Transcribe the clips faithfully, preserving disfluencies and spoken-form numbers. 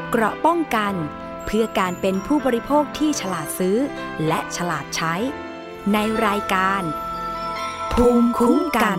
เกราะป้องกันเพื่อการเป็นผู้บริโภคที่ฉลาดซื้อและฉลาดใช้ในรายการภูมิคุ้มกัน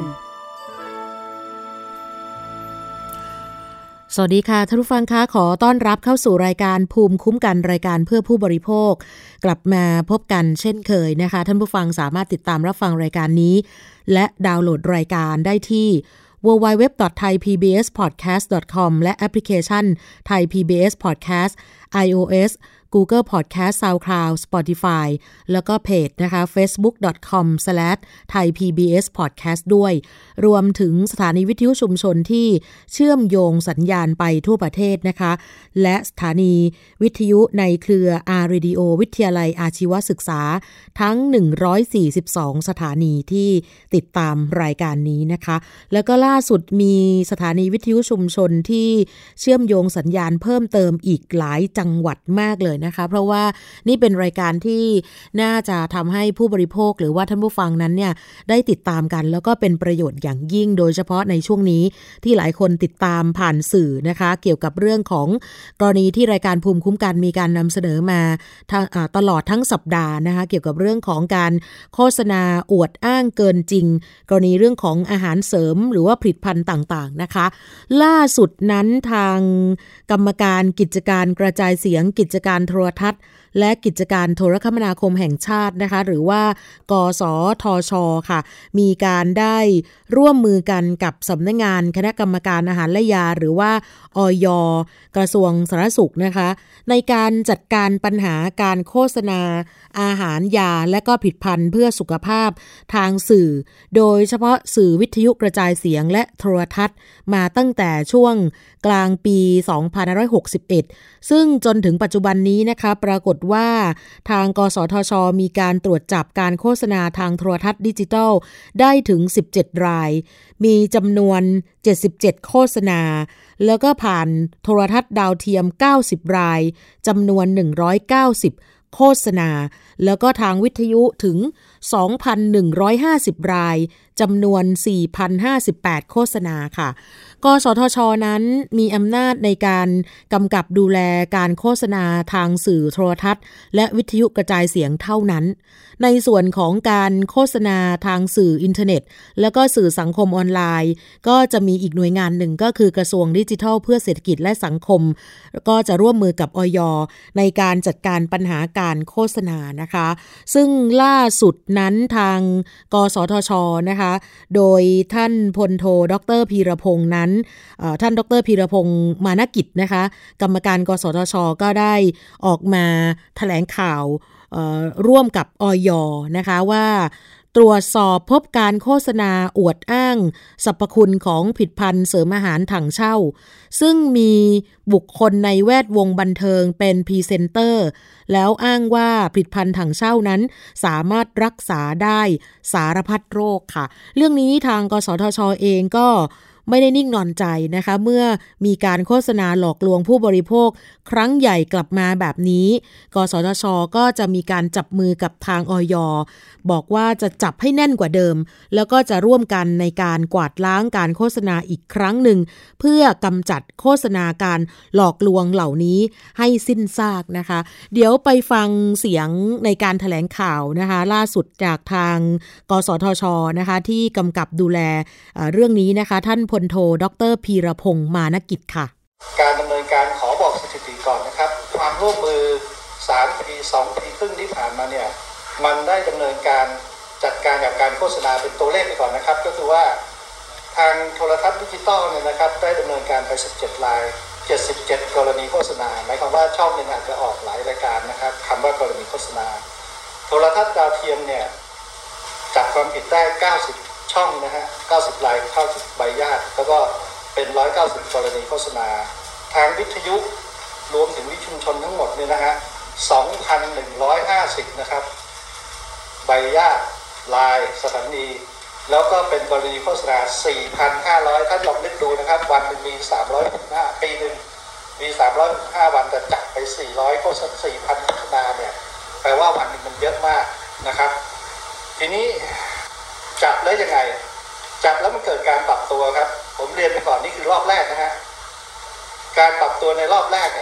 สวัสดีค่ะท่านผู้ฟังคะขอต้อนรับเข้าสู่รายการภูมิคุ้มกันรายการเพื่อผู้บริโภคกลับมาพบกันเช่นเคยนะคะท่านผู้ฟังสามารถติดตามรับฟังรายการนี้และดาวน์โหลดรายการได้ที่ ดับเบิลยู ดับเบิลยู ดับเบิลยู ดอท ไทย พี บี เอส พอดแคสต์ ดอท คอม และแอปพลิเคชัน Thai พี บี เอส Podcast iOS Google Podcast SoundCloud Spotify แล้วก็เพจนะคะ เฟซบุ๊ก ดอท คอม สแลช ไทย พี บี เอส พอดแคสต์ ด้วยรวมถึงสถานีวิทยุชุมชนที่เชื่อมโยงสัญญาณไปทั่วประเทศนะคะและสถานีวิทยุในเครือ R Radio วิทยาลัยอาชีวศึกษาทั้งหนึ่งร้อยสี่สิบสองสถานีที่ติดตามรายการนี้นะคะแล้วก็ล่าสุดมีสถานีวิทยุชุมชนที่เชื่อมโยงสัญญาณเพิ่มเติมอีกหลายจังหวัดมากเลยนะคะเพราะว่านี่เป็นรายการที่น่าจะทำให้ผู้บริโภคหรือว่าท่านผู้ฟังนั้นเนี่ยได้ติดตามกันแล้วก็เป็นประโยชน์อย่างยิ่งโดยเฉพาะในช่วงนี้ที่หลายคนติดตามผ่านสื่อนะคะเกี่ยวกับเรื่องของกรณีที่รายการภูมิคุ้มกันมีการนำเสนอมาตลอดทั้งสัปดาห์นะคะเกี่ยวกับเรื่องของการโฆษณาอวดอ้างเกินจริงกรณีเรื่องของอาหารเสริมหรือว่าผลิตภัณฑ์ต่างๆนะคะล่าสุดนั้นทางกรรมการกิจการกระจายเสียงกิจการโทรทัศน์และกิจการโทรคมนาคมแห่งชาตินะคะหรือว่ากสทช.ค่ะมีการได้ร่วมมือกันกับสำนักงานคณะกรรมการอาหารและยาหรือว่าอย.กระทรวงสาธารณสุขนะคะในการจัดการปัญหาการโฆษณาอาหารยาและก็ผลิตภัณฑ์เพื่อสุขภาพทางสื่อโดยเฉพาะสื่อวิทยุกระจายเสียงและโทรทัศน์มาตั้งแต่ช่วงกลางปีสองพันห้าร้อยหกสิบเอ็ดซึ่งจนถึงปัจจุบันนี้นะคะปรากฏว่าทางกสทช.มีการตรวจจับการโฆษณาทางโทรทัศน์ดิจิทัลได้ถึงสิบเจ็ดรายมีจำนวนเจ็ดสิบเจ็ดโฆษณาแล้วก็ผ่านโทรทัศน์ดาวเทียมเก้าสิบรายจำนวนหนึ่งร้อยเก้าสิบโฆษณาแล้วก็ทางวิทยุถึง สองพันหนึ่งร้อยห้าสิบรายจำนวน สี่พันห้าสิบแปดโฆษณาค่ะกสทช.นั้นมีอำนาจในการกำกับดูแลการโฆษณาทางสื่อโทรทัศน์และวิทยุกระจายเสียงเท่านั้นในส่วนของการโฆษณาทางสื่ออินเทอร์เน็ตแล้วก็สื่อสังคมออนไลน์ก็จะมีอีกหน่วยงานหนึ่งก็คือกระทรวงดิจิทัลเพื่อเศรษฐกิจและสังคมก็จะร่วมมือกับอย.ในการจัดการปัญหาการโฆษณานะคะซึ่งล่าสุดนั้นทางกสทช.นะคะโดยท่านพลโทดร.พีรพงษ์นั้นท่านดร.พีรพงษ์มานกิจนะคะกรรมการกสทช.ก็ได้ออกมาแถลงข่าวร่วมกับอย.นะคะว่าตรวจสอบพบการโฆษณาอวดอ้างสรรพคุณของผลิตภัณฑ์เสริมอาหารถังเช่าซึ่งมีบุคคลในแวดวงบันเทิงเป็นพรีเซนเตอร์แล้วอ้างว่าผลิตภัณฑ์ถังเช่านั้นสามารถรักษาได้สารพัดโรคค่ะเรื่องนี้ทางกสทช.เองก็ไม่ได้นิ่งนอนใจนะคะเมื่อมีการโฆษณาหลอกลวงผู้บริโภคครั้งใหญ่กลับมาแบบนี้กสทช.ก็จะมีการจับมือกับทางอย.บอกว่าจะจับให้แน่นกว่าเดิมแล้วก็จะร่วมกันในการกวาดล้างการโฆษณาอีกครั้งหนึ่งเพื่อกำจัดโฆษณาการหลอกลวงเหล่านี้ให้สิ้นซากนะคะเดี๋ยวไปฟังเสียงในการแถลงข่าวนะคะล่าสุดจากทางกสทช.นะคะที่กำกับดูแลเรื่องนี้นะคะท่านพลโทดร.พีรพงษ์มานกิจค่ะการดำเนินการขอบอกสถิติก่อนนะครับความร่วมมือสามปีสองปีครึ่งที่ผ่านมาเนี่ยมันได้ดำเนินการจัดการกับการโฆษณาเป็นตัวเลขไปก่อนนะครับก็คือว่าทางโทรทัศน์ดิจิตอลเนี่ยนะครับได้ดำเนินการไปสิบเจ็ดรายเจ็ดสิบเจ็ดกรณีโฆษณาหมายความว่าช่องนึงอาจจะออกหลายรายการนะครับคำว่ากรณีโฆษณาโทรทัศน์ดาวเทียมเนี่ยจับความผิดได้เก้าสิบช่องนะฮะเก้าสิบรายเก้าสิบใบญาติแล้วก็เป็นหนึ่งร้อยเก้าสิบกรณีโฆษณาทางวิทยุรวมถึงวิทยุชุมชนทั้งหมดเนี่ยนะฮะ สองพันหนึ่งร้อยห้าสิบ นะครับใบญาติลายสถานีแล้วก็เป็นกรณีโฆษณา สี่พันห้าร้อย ท่านลองนึกดูนะครับวันนึงมีสามร้อยหกสิบห้าปีนึงมีสามร้อยหกสิบห้าวันแต่จับไปสี่ร้อยโฆษณา สี่พัน โฆษณาเนี่ยแปลว่าวันนึงมันเยอะมากนะครับทีนี้จับแล้วยังไงจับแล้วมันเกิดการปรับตัวครับผมเรียนไปก่อนนี่คือรอบแรกนะฮะการปรับตัวในรอบแรกเนี่ย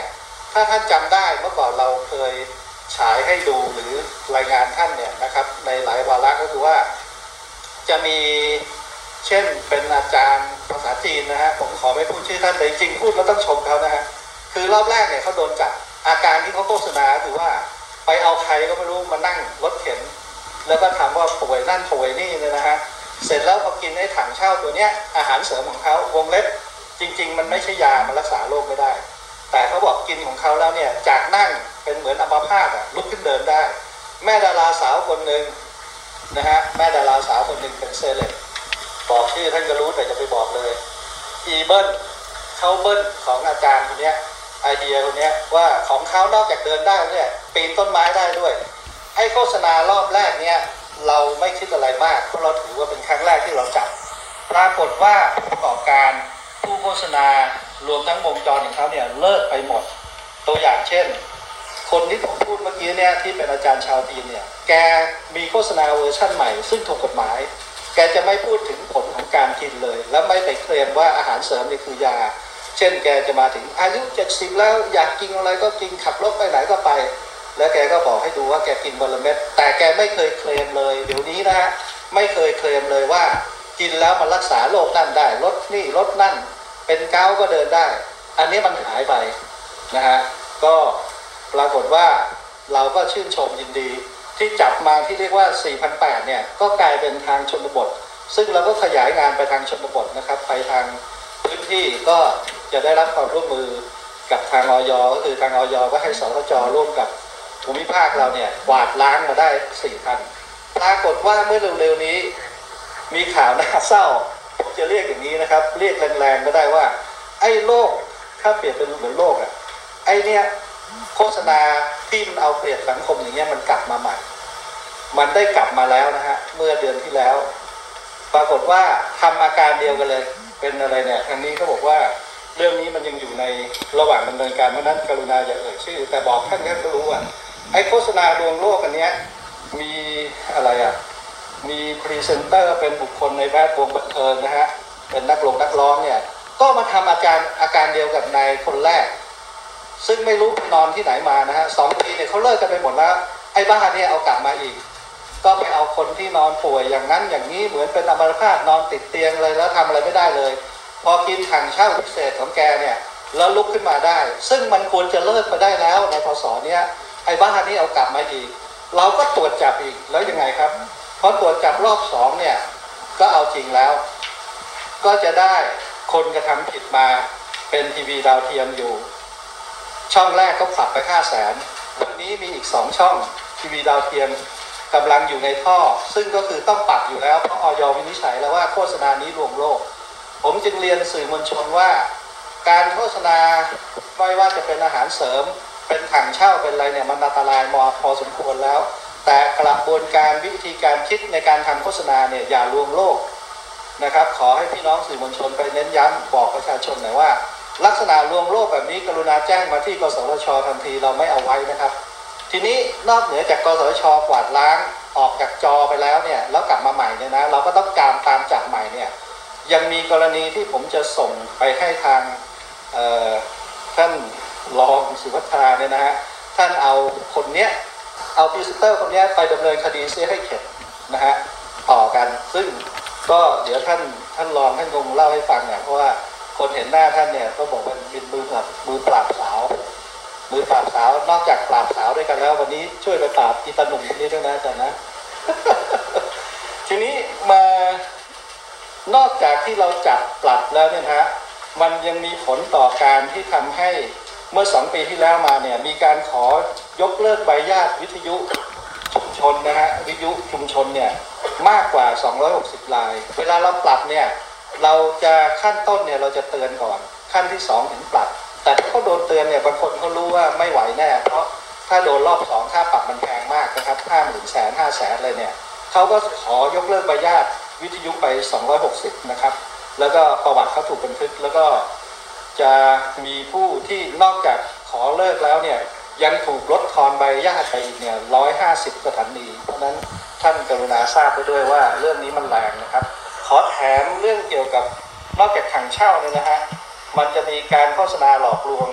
ถ้าท่านจำได้เมื่อก่อนเราเคยฉายให้ดูหรือรายงานท่านเนี่ยนะครับในหลายวาระก็คือว่าจะมีเช่นเป็นอาจารย์ภาษาจีนนะฮะผมขอไม่พูดชื่อท่านแต่จริงพูดแล้วต้องชมเขานะฮะคือรอบแรกเนี่ยเขาโดนจับอาการที่เขาโฆษณาคือว่าไปเอาใครก็ไม่รู้มานั่งรถเข็นแล้วก็ถามว่าป่วยนั่นป่วยนี่เนี่ยนะฮะเสร็จแล้วพอกินไอ้ถังเช่าตัวเนี้ยอาหารเสริมของเขาวงเล็บจริงๆมันไม่ใช่ยามันรักษาโรคไม่ได้แต่เขาบอกกินของเขาแล้วเนี่ยจากนั่งเป็นเหมือนอัมพาตอะลุกขึ้นเดินได้แม่ดาราสาวคนหนึ่งนะฮะแม่ดาราสาวคนหนึ่งเป็นเซเลบบอกชื่อท่านก็รู้แต่จะไปบอกเลยอีเบิ้ลเขาเบิ้ลของอาจารย์คนนี้ไอเดียคนนี้ว่าของเขานอกจากเดินได้เนี่ยปีนต้นไม้ได้ด้วยไอ้โฆษณารอบแรกเนี่ยเราไม่คิดอะไรมากเพราะเราถือว่าเป็นครั้งแรกที่เราจับปรากฏว่าผู้ประกอบการผู้โฆษณารวมทั้งวงจรของเขาเนี่ยเลิกไปหมดตัวอย่างเช่นคนที่ผมพูดเมื่อกี้เนี่ยที่เป็นอาจารย์ชาวจีนเนี่ยแกมีโฆษณาเวอร์ชั่นใหม่ซึ่งถูกกฎหมายแกจะไม่พูดถึงผลของการกินเลยและไม่ไปเคลมว่าอาหารเสริมนี่คือยาเช่นแกจะมาถึงอายุเจ็ดสิบแล้วอยากกินอะไรก็กินขับรถไปไหนก็ไปแล้วแกก็บอกให้ดูว่าแกกินวันละเม็ดแต่แกไม่เคยเคลมเลยเดี๋ยวนี้นะฮะไม่เคยเคลมเลยว่ากินแล้วมันรักษาโรคนั่นได้ลดนี่ลดนั่นเป็นเกาต์ก็เดินได้อันนี้มันหายไปนะฮะก็ปรากฏว่าเราก็ชื่นชมยินดีที่จับมาที่เรียกว่า สี่พันแปดร้อย เนี่ยก็กลายเป็นทางชนบทซึ่งเราก็ขยายงานไปทางชนบทนะครับไปทางพื้นที่ก็จะได้รับความร่วมมือกับทางอย.ก็คือทางอย.ก็ให้สทช.ร่วมกับภูมิภาคเราเนี่ยกวาดล้างมาได้ สี่พัน ปรากฏว่าเมื่อเร็วๆนี้มีข่าวน่าเศร้าผมจะเรียกอย่างนี้นะครับเรียกแรงๆก็ได้ว่าไอ้โรคถ้าเปรียบเป็นเหมือนโรคอ่ะไอ้เนี่ยโฆษณาที่มันเอาเปรียบสังคมอย่างเงี้ยมันกลับมาใหม่มันได้กลับมาแล้วนะฮะเมื่อเดือนที่แล้วปรากฏว่าทำอาการเดียวกันเลยเป็นอะไรเนี่ยทางนี้เขาบอกว่าเรื่องนี้มันยังอยู่ในระหว่างดำเนินการเพราะนั้นกรุณาอย่าเอ่ยชื่อแต่บอกท่านก็รู้ว่าไอ้โฆษณาลวงโลกอันเนี้ยมีอะไรอ่ะมีพรีเซนเตอร์เป็นบุคคลในแวดวงบันเทิงนะฮะเป็นนักร้องนักร้องเนี่ยก็มาทำอาการอาการเดียวกับนายคนแรกซึ่งไม่รู้ไปนอนที่ไหนมานะฮะสองปีเนี่ยเขาเลิกกันไปหมดแล้วไอ้บ้าเนี่ยเอากลับมาอีกก็ไปเอาคนที่นอนป่วยอย่างนั้นอย่างนี้เหมือนเป็นอัมพาตนอนติดเตียงเลยแล้วทำอะไรไม่ได้เลยพอกินถังเช่าพิเศษของแกเนี่ยแล้วลุกขึ้นมาได้ซึ่งมันควรจะเลิกไปได้แล้วในพศเนี้ยไอ้บ้านี่เอากลับมาอีกเราก็ตรวจจับอีกแล้วยังไงครับพอตรวจจับรอบสองเนี่ยก็เอาจริงแล้วก็จะได้คนกระทำผิดมาเป็นทีวีดาวเทียมอยู่ช่องแรกก็ปรับไปห้าแสนวันนี้มีอีกสองช่องทีวีดาวเทียมกำลังอยู่ในท่อซึ่งก็คือต้องปรับอยู่แล้วเพราะอย.วินิจฉัยแล้วว่าโฆษณานี้ลวงโลกผมจึงเรียนสื่อมวลชนว่าการโฆษณาไม่ว่าจะเป็นอาหารเสริมเป็นถังเช่าเป็นอะไรเนี่ยมันอันตรายมากพอสมควรแล้วแต่กระบวนการวิธีการคิดในการทำโฆษณาเนี่ยอย่าลวงโลกนะครับขอให้พี่น้องสื่อมวลชนไปเน้นย้ำบอกประชาชนหน่อยว่าลักษณะลวงโลกแบบนี้กรุณาแจ้งมาที่กสทช.ทันทีเราไม่เอาไว้นะครับทีนี้นอกเหนือจากกสทช.กวาดล้างออกจากจอไปแล้วเนี่ยแล้วกลับมาใหม่เนี่ยนะเราก็ต้องการตามจับใหม่เนี่ยยังมีกรณีที่ผมจะส่งไปให้ทางท่านรองสุวัฒนาเนี่ยนะฮะท่านเอาคนเนี้ยเอาพรีเซนเตอร์คนนี้ไปดำเนินคดีเสียให้เข็ดนะฮะต่อกันซึ่งก็เดี๋ยวท่านท่านรองท่านคงเล่าให้ฟังเนี่ยเพราะว่าคนเห็นหน้าท่านเนี่ยก็บอกว่าเป็นมือปราบมือปราบสาวมือปราบสาวนอกจากปราบสาวด้วยกันแล้ววันนี้ช่วยไปปราบอีตาหนุ่มคนนี้ด้วยนะอาจารย์นะ ทีนี้มานอกจากที่เราจับปรับแล้วเนี่ยฮะมันยังมีผลต่อการที่ทำให้เมื่อสองปีที่แล้วมาเนี่ยมีการขอยกเลิกใบญาติวิทยุชุมชนนะฮะวิทยุชุมชนเนี่ยมากกว่าสองร้อยหกสิบรายเวลาเราปรับเนี่ยเราจะขั้นต้นเนี่ยเราจะเตือนก่อนขั้นที่สองถึงปรับแต่ถ้าเขาโดนเตือนเนี่ยบางคนเขารู้ว่าไม่ไหวแน่เพราะถ้าโดนรอบสองค่าปรับมันแพงมากนะครับห้าหมื่นแสนห้าแสนเลยเนี่ยเขาก็ขอยกเลิกใบญาติวิทยุไปสองร้อยหกสิบนะครับแล้วก็ประวัติเขาถูกบันทึกแล้วก็จะมีผู้ที่นอกจากขอเลิกแล้วเนี่ยยังถูกลดทอนใบญาติไปอีกเนี่ยหนึ่งร้อยห้าสิบสถานีเพราะนั้นท่านกรุณาทราบไปด้วยว่าเรื่องนี้มันแรงนะครับขอแถมเรื่องเกี่ยวกับนอกจากถังเช่าเนี่ยนะฮะมันจะมีการโฆษณาหลอกลวง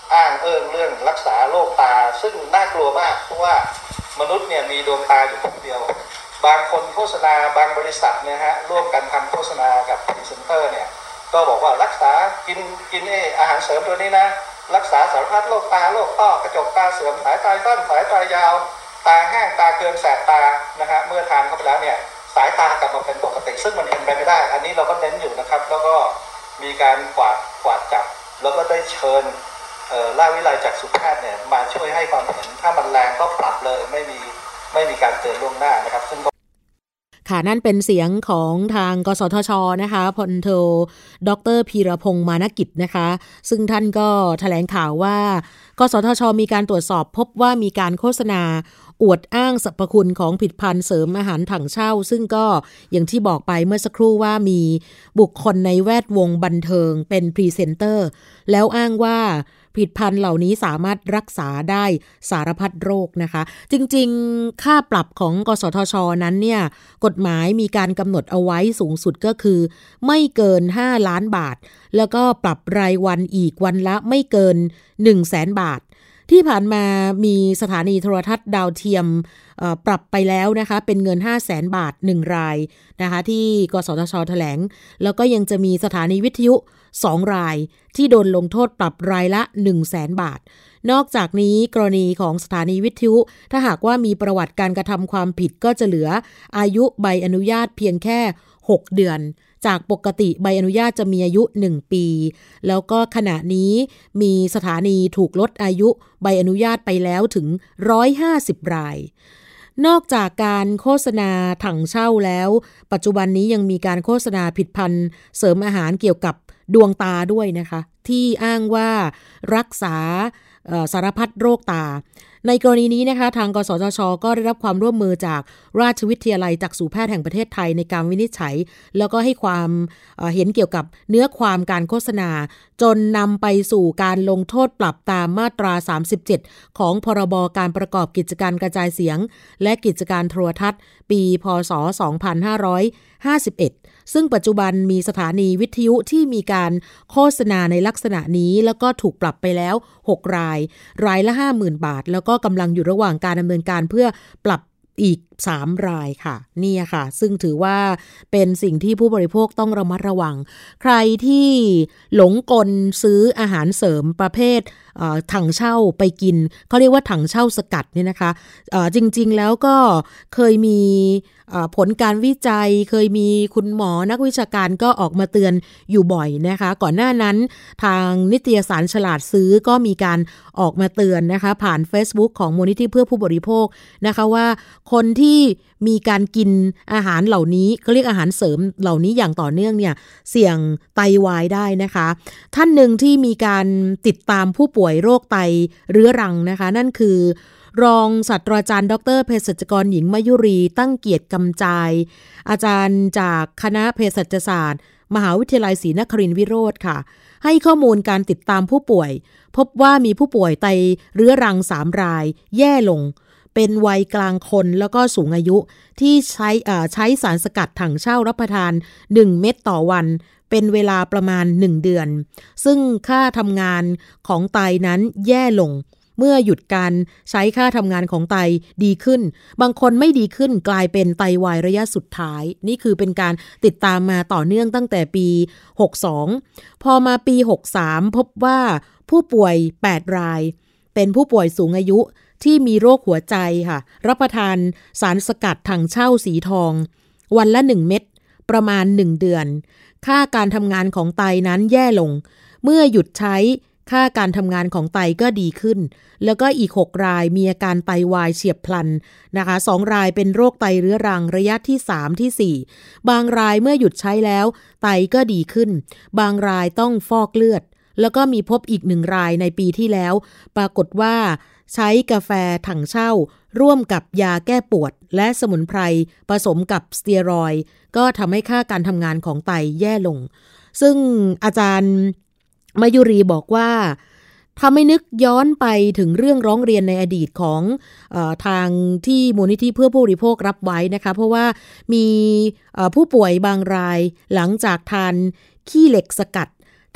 อ้างเอิ้งเรื่องรักษาโรคตาซึ่งน่ากลัวมากเพราะว่ามนุษย์เนี่ยมีดวงตาอยู่คนเดียวบางคนโฆษณาบางบริษัทเนี่ยฮะร่วมกันทำโฆษณากับพรีเซนเตอร์เนี่ยก็บอกว่ารักษากินกินเออาหารเสริมตัวนี้นะรักษาสารพัดโรคตาโรคต้อกระจกตาเสื่อมสายตาสั้นสายตายาวตาแห้งตาเคืองแสบตานะฮะเมื่อทานเข้าไปแล้วเนี่ยสายตากลับมาเป็นปกติซึ่งมันเป็นไปไม่ได้อันนี้เราก็เน้นอยู่นะครับแล้วก็มีการกวาดกวาดจับแล้วก็ได้เชิญราชวิทยาลัยจักษุแพทย์เนี่ยมาช่วยให้ความเห็นถ้ามันแรงก็ปรับเลยไม่มีไม่มีการเตือนล่วงหน้านะครับซึ่งค่ะนั่นเป็นเสียงของทางกสทช.นะคะพลโทดร.พีรพงษ์มานกิจนะคะซึ่งท่านก็แถลงข่าวว่ากสทช.มีการตรวจสอบพบว่ามีการโฆษณาอวดอ้างสรรพคุณของผลิตภัณฑ์เสริมอาหารถังเช่าซึ่งก็อย่างที่บอกไปเมื่อสักครู่ว่ามีบุคคลในแวดวงบันเทิงเป็นพรีเซนเตอร์แล้วอ้างว่าผลิตภัณฑ์เหล่านี้สามารถรักษาได้สารพัดโรคนะคะจริงๆค่าปรับของกสทช.นั้นเนี่ยกฎหมายมีการกำหนดเอาไว้สูงสุดก็คือไม่เกินห้าล้านบาทแล้วก็ปรับรายวันอีกวันละไม่เกิน หนึ่งแสน บาทที่ผ่านมามีสถานีโทรทัศน์ดาวเทียมปรับไปแล้วนะคะเป็นเงิน ห้าแสน บาทหนึ่งรายนะคะที่กสทช.แถลงแล้วก็ยังจะมีสถานีวิทยุสองรายที่โดนลงโทษปรับรายละ หนึ่งแสน บาทนอกจากนี้กรณีของสถานีวิทยุถ้าหากว่ามีประวัติการกระทำความผิดก็จะเหลืออายุใบอนุญาตเพียงแค่หกเดือนจากปกติใบอนุญาตจะมีอายุหนึ่งปีแล้วก็ขณะนี้มีสถานีถูกลดอายุใบอนุญาตไปแล้วถึงหนึ่งร้อยห้าสิบรายนอกจากการโฆษณาถังเช่าแล้วปัจจุบันนี้ยังมีการโฆษณาผลิตภัณฑ์เสริมอาหารเกี่ยวกับดวงตาด้วยนะคะที่อ้างว่ารักษาสารพัดโรคตาในกรณีนี้นะคะทางกสทช.ก็ได้รับความร่วมมือจากราชวิทยาลัยจักษุแพทย์แห่งประเทศไทยในการวินิจฉัยแล้วก็ให้ความเห็นเกี่ยวกับเนื้อความการโฆษณาจนนำไปสู่การลงโทษปรับตามมาตราสามสิบเจ็ดของพรบการประกอบกิจการกระจายเสียงและกิจการโทรทัศน์ปีพ.ศ. สองพันห้าร้อยห้าสิบเอ็ดซึ่งปัจจุบันมีสถานีวิทยุที่มีการโฆษณาในลักษณะนี้แล้วก็ถูกปรับไปแล้วหกรายรายละ ห้าหมื่น บาทแล้วก็กำลังอยู่ระหว่างการดำเนินการเพื่อปรับอีกสามรายค่ะนี่ค่ะซึ่งถือว่าเป็นสิ่งที่ผู้บริโภคต้องระมัดระวังใครที่หลงกลซื้ออาหารเสริมประเภทถังเช่าไปกินเขาเรียกว่าถังเช่าสกัดเนี่ยนะคะจริงๆแล้วก็เคยมีผลการวิจัยเคยมีคุณหมอนักวิชาการก็ออกมาเตือนอยู่บ่อยนะคะก่อนหน้านั้นทางนิตยสารฉลาดซื้อก็มีการออกมาเตือนนะคะผ่าน Facebook ของมูลนิธิเพื่อผู้บริโภคนะคะว่าคนที่มีการกินอาหารเหล่านี้ก็เรียกอาหารเสริมเหล่านี้อย่างต่อเนื่องเนี่ยเสี่ยงไตวายได้นะคะท่านหนึ่งที่มีการติดตามผู้ป่วยโรคไตเรื้อรังนะคะนั่นคือรองศาสตราจารย์ดร.เภสัชกรหญิงมยุรีตั้งเกียรติกำจายอาจารย์จากคณะเภสัชศาสตร์มหาวิทยาลัยศรีนครินทรวิโรธค่ะให้ข้อมูลการติดตามผู้ป่วยพบว่ามีผู้ป่วยไตเรื้อรังสามรายแย่ลงเป็นวัยกลางคนแล้วก็สูงอายุที่ใช้ใช้สารสกัดถังเช่ารับประทานหนึ่งเม็ดต่อวันเป็นเวลาประมาณหนึ่งเดือนซึ่งค่าทำงานของไตนั้นแย่ลงเมื่อหยุดการใช้ค่าทำงานของไตดีขึ้นบางคนไม่ดีขึ้นกลายเป็นไตวายระยะสุดท้ายนี่คือเป็นการติดตามมาต่อเนื่องตั้งแต่ปีหกสิบสองพอมาปีหกสิบสามพบว่าผู้ป่วยแปดรายเป็นผู้ป่วยสูงอายุที่มีโรคหัวใจค่ะรับประทานสารสกัดถังเช่าสีทองวันละหนึ่งเม็ดประมาณหนึ่งเดือนค่าการทำงานของไตนั้นแย่ลงเมื่อหยุดใช้ค่าการทำงานของไตก็ดีขึ้นแล้วก็อีกหกรายมีอาการไตวายเฉียบพลันนะคะสองรายเป็นโรคไตเรื้อรังระยะที่สามที่สี่บางรายเมื่อหยุดใช้แล้วไตก็ดีขึ้นบางรายต้องฟอกเลือดแล้วก็มีพบอีกหนึ่งรายในปีที่แล้วปรากฏว่าใช้กาแฟถังเช่าร่วมกับยาแก้ปวดและสมุนไพรผสมกับสเตียรอยด์ก็ทำให้ค่าการทำงานของไตแย่ลงซึ่งอาจารย์มยุรีบอกว่าทำให้นึกย้อนไปถึงเรื่องร้องเรียนในอดีตของเอ่อทางที่มูลนิธิเพื่อผู้บริโภครับไว้นะคะเพราะว่ามีผู้ป่วยบางรายหลังจากทานขี้เหล็กสกัด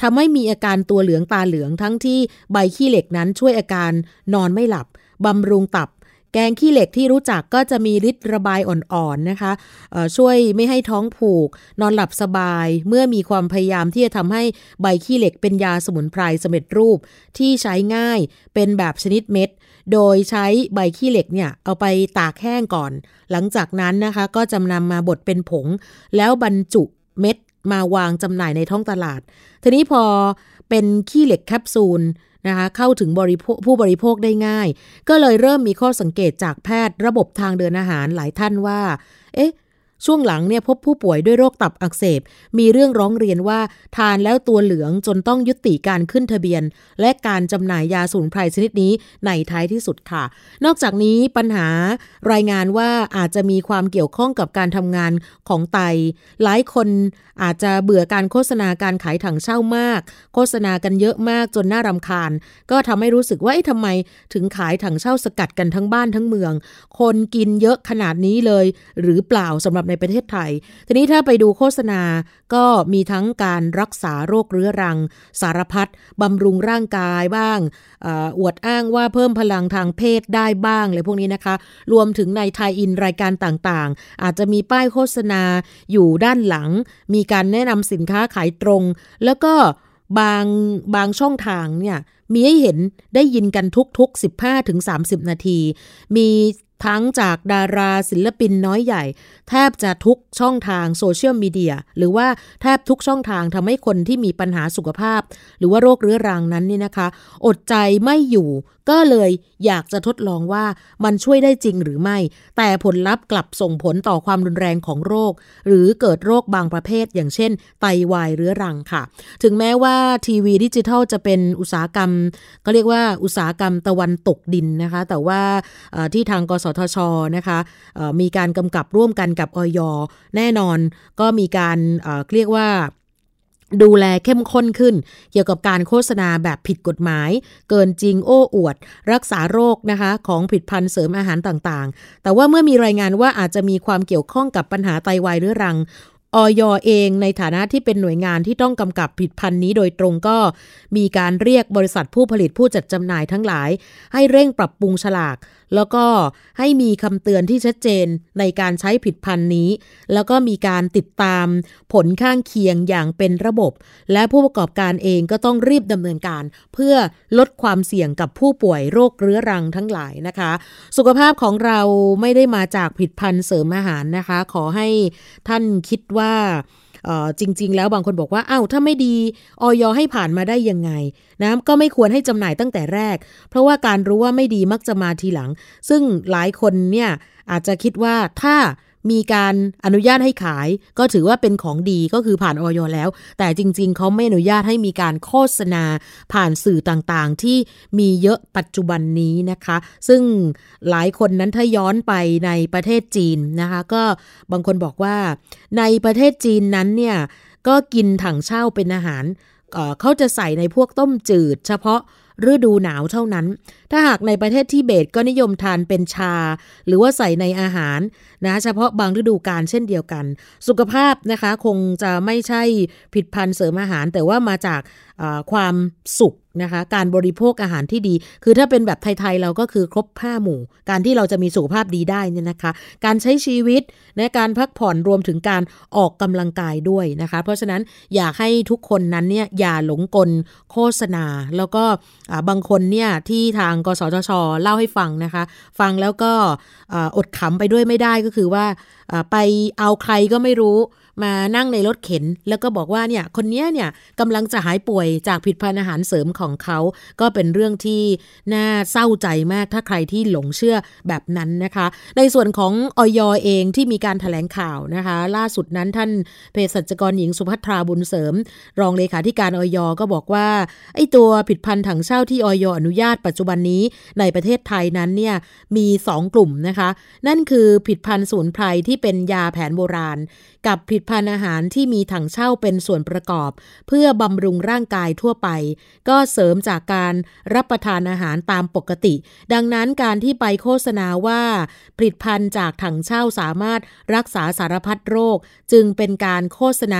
ทำให้มีอาการตัวเหลืองตาเหลืองทั้งที่ใบขี้เหล็กนั้นช่วยอาการนอนไม่หลับบำรุงตับแกงขี้เหล็กที่รู้จักก็จะมีฤทธิ์ระบายอ่อนๆนะคะช่วยไม่ให้ท้องผูกนอนหลับสบายเมื่อมีความพยายามที่จะทำให้ใบขี้เหล็กเป็นยาสมุนไพรสำเร็จรูปที่ใช้ง่ายเป็นแบบชนิดเม็ดโดยใช้ใบขี้เหล็กเนี่ยเอาไปตากแห้งก่อนหลังจากนั้นนะคะก็จะนำมาบดเป็นผงแล้วบรรจุเม็ดมาวางจำหน่ายในท้องตลาดทีนี้พอเป็นขี้เหล็กแคปซูลนะคะเข้าถึงบริโภคผู้บริโภคได้ง่ายก็เลยเริ่มมีข้อสังเกตจากแพทย์ระบบทางเดินอาหารหลายท่านว่าเอ๊ะช่วงหลังเนี่ยพบผู้ป่วยด้วยโรคตับอักเสบมีเรื่องร้องเรียนว่าทานแล้วตัวเหลืองจนต้องยุติการขึ้นทะเบียนและการจำหน่ายยาสมุนไพรชนิดนี้ในท้ายที่สุดค่ะนอกจากนี้ปัญหารายงานว่าอาจจะมีความเกี่ยวข้องกับการทำงานของไตหลายคนอาจจะเบื่อการโฆษณาการขายถังเช่ามากโฆษณากันเยอะมากจนน่ารำคาญก็ทำให้รู้สึกว่าเอ๊ะทำไมถึงขายถังเช่าสกัดกันทั้งบ้านทั้งเมืองคนกินเยอะขนาดนี้เลยหรือเปล่าสำหรับในประเทศไทยทีนี้ถ้าไปดูโฆษณาก็มีทั้งการรักษาโรคเรื้อรังสารพัดบำรุงร่างกายบ้างอวดอ้างว่าเพิ่มพลังทางเพศได้บ้างเลยพวกนี้นะคะรวมถึงในไทยอินรายการต่างๆอาจจะมีป้ายโฆษณาอยู่ด้านหลังมีการแนะนำสินค้าขายตรงแล้วก็บางบางช่องทางเนี่ยมีให้เห็นได้ยินกันทุกๆ สิบห้าถึงสามสิบ นาทีมีทั้งจากดาราศิลปินน้อยใหญ่แทบจะทุกช่องทางโซเชียลมีเดียหรือว่าแทบทุกช่องทางทำให้คนที่มีปัญหาสุขภาพหรือว่าโรคเรื้อรังนั้นนี่นะคะอดใจไม่อยู่ก็เลยอยากจะทดลองว่ามันช่วยได้จริงหรือไม่แต่ผลลัพธ์กลับส่งผลต่อความรุนแรงของโรคหรือเกิดโรคบางประเภทอย่างเช่นไตวายเรื้อรังค่ะถึงแม้ว่าทีวีดิจิทัลจะเป็นอุตสาหกรรมก็เรียกว่าอุตสาหกรรมตะวันตกดินนะคะแต่ว่าที่ทางกสทช.นะคะมีการกำกับร่วมกันกับอย.แน่นอนก็มีการเรียกว่าดูแลเข้มข้นขึ้นเกี่ยวกับการโฆษณาแบบผิดกฎหมายเกินจริงโอ้อวดรักษาโรคนะคะของผลิตภัณฑ์เสริมอาหารต่างๆแต่ว่าเมื่อมีรายงานว่าอาจจะมีความเกี่ยวข้องกับปัญหาไตวายเรื้อรังอย.เองในฐานะที่เป็นหน่วยงานที่ต้องกำกับผลิตภัณฑ์นี้โดยตรงก็มีการเรียกบริษัทผู้ผลิตผู้จัดจำหน่ายทั้งหลายให้เร่งปรับปรุงฉลากแล้วก็ให้มีคำเตือนที่ชัดเจนในการใช้ผลิตภัณฑ์นี้แล้วก็มีการติดตามผลข้างเคียงอย่างเป็นระบบและผู้ประกอบการเองก็ต้องรีบดำเนินการเพื่อลดความเสี่ยงกับผู้ป่วยโรคเรื้อรังทั้งหลายนะคะสุขภาพของเราไม่ได้มาจากผลิตภัณฑ์เสริมอาหารนะคะขอให้ท่านคิดว่าจริงๆแล้วบางคนบอกว่าอ้าวถ้าไม่ดีอย.ให้ผ่านมาได้ยังไงนะก็ไม่ควรให้จำหน่ายตั้งแต่แรกเพราะว่าการรู้ว่าไม่ดีมักจะมาทีหลังซึ่งหลายคนเนี่ยอาจจะคิดว่าถ้ามีการอนุญาตให้ขายก็ถือว่าเป็นของดีก็คือผ่านอย.แล้วแต่จริงๆเขาไม่อนุญาตให้มีการโฆษณาผ่านสื่อต่างๆที่มีเยอะปัจจุบันนี้นะคะซึ่งหลายคนนั้นถ้าย้อนไปในประเทศจีนนะคะก็บางคนบอกว่าในประเทศจีนนั้นเนี่ยก็กินถังเช่าเป็นอาหารเอ่อเขาจะใส่ในพวกต้มจืดเฉพาะฤดูหนาวเท่านั้นถ้าหากในประเทศทิเบตก็นิยมทานเป็นชาหรือว่าใส่ในอาหารนะเฉพาะบางฤดูกาลเช่นเดียวกันสุขภาพนะคะคงจะไม่ใช่ผลิตภัณฑ์เสริมอาหารแต่ว่ามาจากความสุขนะคะการบริโภคอาหารที่ดีคือถ้าเป็นแบบไทยๆเราก็คือครบห้าหมู่การที่เราจะมีสุขภาพดีได้เนี่ยนะคะการใช้ชีวิตและการพักผ่อนรวมถึงการออกกำลังกายด้วยนะคะเพราะฉะนั้นอยากให้ทุกคนนั้นเนี่ยอย่าหลงกลโฆษณาแล้วก็บางคนเนี่ยที่ทางกสทช.เล่าให้ฟังนะคะฟังแล้วก็อดขำไปด้วยไม่ได้ก็คือว่าไปเอาใครก็ไม่รู้มานั่งในรถเข็นแล้วก็บอกว่าเนี่ยคนนี้เนี่ยกำลังจะหายป่วยจากผลิตภัณฑ์อาหารเสริมของเขาก็เป็นเรื่องที่น่าเศร้าใจมากถ้าใครที่หลงเชื่อแบบนั้นนะคะในส่วนของอย.เองที่มีการแถลงข่าวนะคะล่าสุดนั้นท่านเภสัชกรหญิงสุภัทราบุญเสริมรองเลขาธิการอย.ก็บอกว่าไอ้ตัวผลิตภัณฑ์ถังเช่าที่อย.อนุญาตปัจจุบันนี้ในประเทศไทยนั้นเนี่ยมีสองกลุ่มนะคะนั่นคือผลิตภัณฑ์สมุนไพรที่เป็นยาแผนโบราณกับผลิตภัณฑ์อาหารที่มีถังเช่าเป็นส่วนประกอบเพื่อบำรุงร่างกายทั่วไปก็เสริมจากการรับประทานอาหารตามปกติดังนั้นการที่ไปโฆษณาว่าผลิตภัณฑ์จากถังเช่าสามารถรักษาสารพัดโรคจึงเป็นการโฆษณา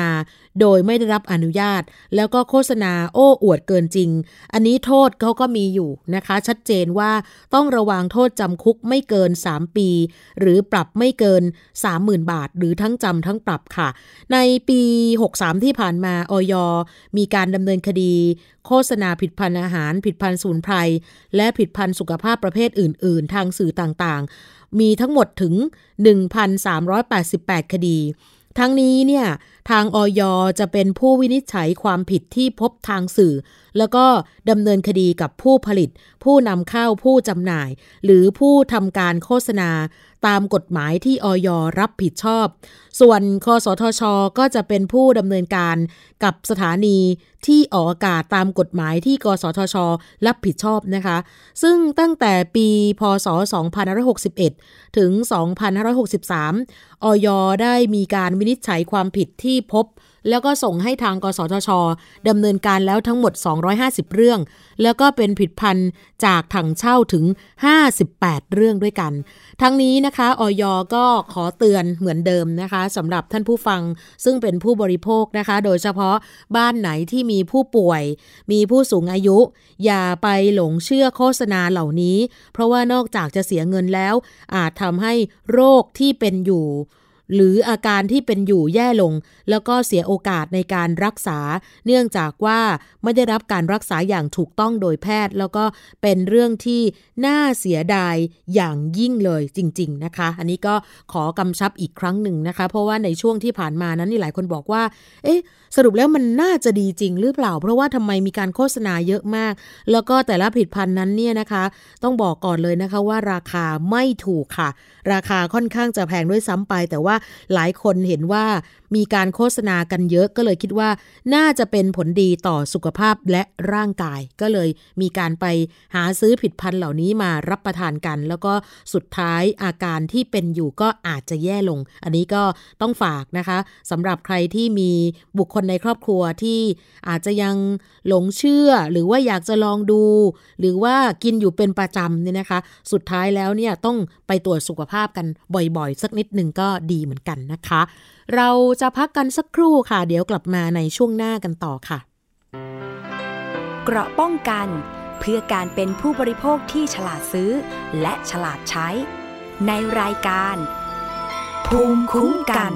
โดยไม่ได้รับอนุญาตแล้วก็โฆษณาโอ้อวดเกินจริงอันนี้โทษเขาก็มีอยู่นะคะชัดเจนว่าต้องระวังโทษจำคุกไม่เกินสามปีหรือปรับไม่เกิน สามหมื่น บาทหรือทั้งจำทั้งปรับค่ะในปีหกสิบสามที่ผ่านมาอย.มีการดำเนินคดีโฆษณาผลิตภัณฑ์อาหารผลิตภัณฑ์สมุนไพรและผลิตภัณฑ์สุขภาพประเภทอื่นๆทางสื่อต่างๆมีทั้งหมดถึง หนึ่งพันสามร้อยแปดสิบแปด คดีทั้งนี้เนี่ยทางอย.จะเป็นผู้วินิจฉัยความผิดที่พบทางสื่อแล้วก็ดำเนินคดีกับผู้ผลิตผู้นำเข้าผู้จำหน่ายหรือผู้ทำการโฆษณาตามกฎหมายที่อย.รับผิดชอบส่วนคสทช.ก็จะเป็นผู้ดำเนินการกับสถานีที่ออกอากาศตามกฎหมายที่กสทช.รับผิดชอบนะคะซึ่งตั้งแต่ปีพ.ศ. สองพันห้าร้อยหกสิบเอ็ดถึง สองพันห้าร้อยหกสิบสาม อย.ได้มีการวินิจฉัยความผิดที่พบแล้วก็ส่งให้ทางกสทช.ดำเนินการแล้วทั้งหมดสองร้อยห้าสิบเรื่องแล้วก็เป็นผลิตภัณฑ์จากถังเช่าถึงห้าสิบแปดเรื่องด้วยกันทั้งนี้นะคะอย.ก็ขอเตือนเหมือนเดิมนะคะสำหรับท่านผู้ฟังซึ่งเป็นผู้บริโภคนะคะโดยเฉพาะบ้านไหนที่มีผู้ป่วยมีผู้สูงอายุอย่าไปหลงเชื่อโฆษณาเหล่านี้เพราะว่านอกจากจะเสียเงินแล้วอาจทำให้โรคที่เป็นอยู่หรืออาการที่เป็นอยู่แย่ลงแล้วก็เสียโอกาสในการรักษาเนื่องจากว่าไม่ได้รับการรักษาอย่างถูกต้องโดยแพทย์แล้วก็เป็นเรื่องที่น่าเสียดายอย่างยิ่งเลยจริงๆนะคะอันนี้ก็ขอกำชับอีกครั้งหนึ่งนะคะเพราะว่าในช่วงที่ผ่านมานั้นนี่หลายคนบอกว่าเอ๊ะสรุปแล้วมันน่าจะดีจริงหรือเปล่าเพราะว่าทำไมมีการโฆษณาเยอะมากแล้วก็แต่ละผลิตภัณฑ์นั้นเนี่ยนะคะต้องบอกก่อนเลยนะคะว่าราคาไม่ถูกค่ะราคาค่อนข้างจะแพงด้วยซ้ำไปแต่ว่าหลายคนเห็นว่ามีการโฆษณากันเยอะก็เลยคิดว่าน่าจะเป็นผลดีต่อสุขภาพและร่างกายก็เลยมีการไปหาซื้อผลิตภัณฑ์เหล่านี้มารับประทานกันแล้วก็สุดท้ายอาการที่เป็นอยู่ก็อาจจะแย่ลงอันนี้ก็ต้องฝากนะคะสำหรับใครที่มีบุคคลในครอบครัวที่อาจจะยังหลงเชื่อหรือว่าอยากจะลองดูหรือว่ากินอยู่เป็นประจำเนี่ยนะคะสุดท้ายแล้วเนี่ยต้องไปตรวจสุขภาพกันบ่อยๆสักนิดนึงก็ดีเหมือนกันนะคะเราจะพักกันสักครู่ค่ะเดี๋ยวกลับมาในช่วงหน้ากันต่อค่ะเกราะป้องกันเพื่อการเป็นผู้บริโภคที่ฉลาดซื้อและฉลาดใช้ในรายการภูมิคุ้มกัน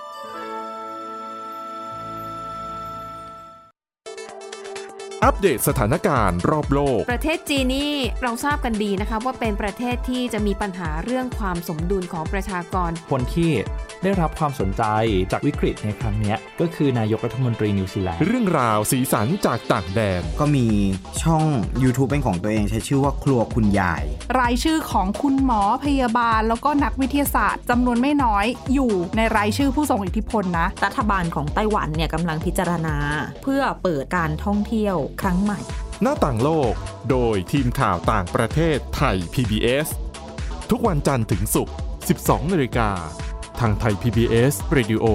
อัปเดตสถานการณ์รอบโลกประเทศจีนนี่เราทราบกันดีนะคะว่าเป็นประเทศที่จะมีปัญหาเรื่องความสมดุลของประชากรคนที่ได้รับความสนใจจากวิกฤตในครั้งนี้ก็คือนายกรัฐมนตรีนิวซีแลนด์เรื่องราวสีสันจากต่างแดนก็มีช่อง YouTube เป็นของตัวเองใช้ชื่อว่าครัวคุณยายรายชื่อของคุณหมอพยาบาลแล้วก็นักวิทยาศาสตร์จำนวนไม่น้อยอยู่ในรายชื่อผู้ทรงอิทธิพลนะรัฐบาลของไต้หวันเนี่ยกำลังพิจารณาเพื่อเปิดการท่องเที่ยวครั้งใหม่หน้าต่างโลกโดยทีมข่าวต่างประเทศไทย พี บี เอส ทุกวันจันทร์ถึงศุกร์ สิบสองนาฬิกาทางไทย พี บี เอส Radio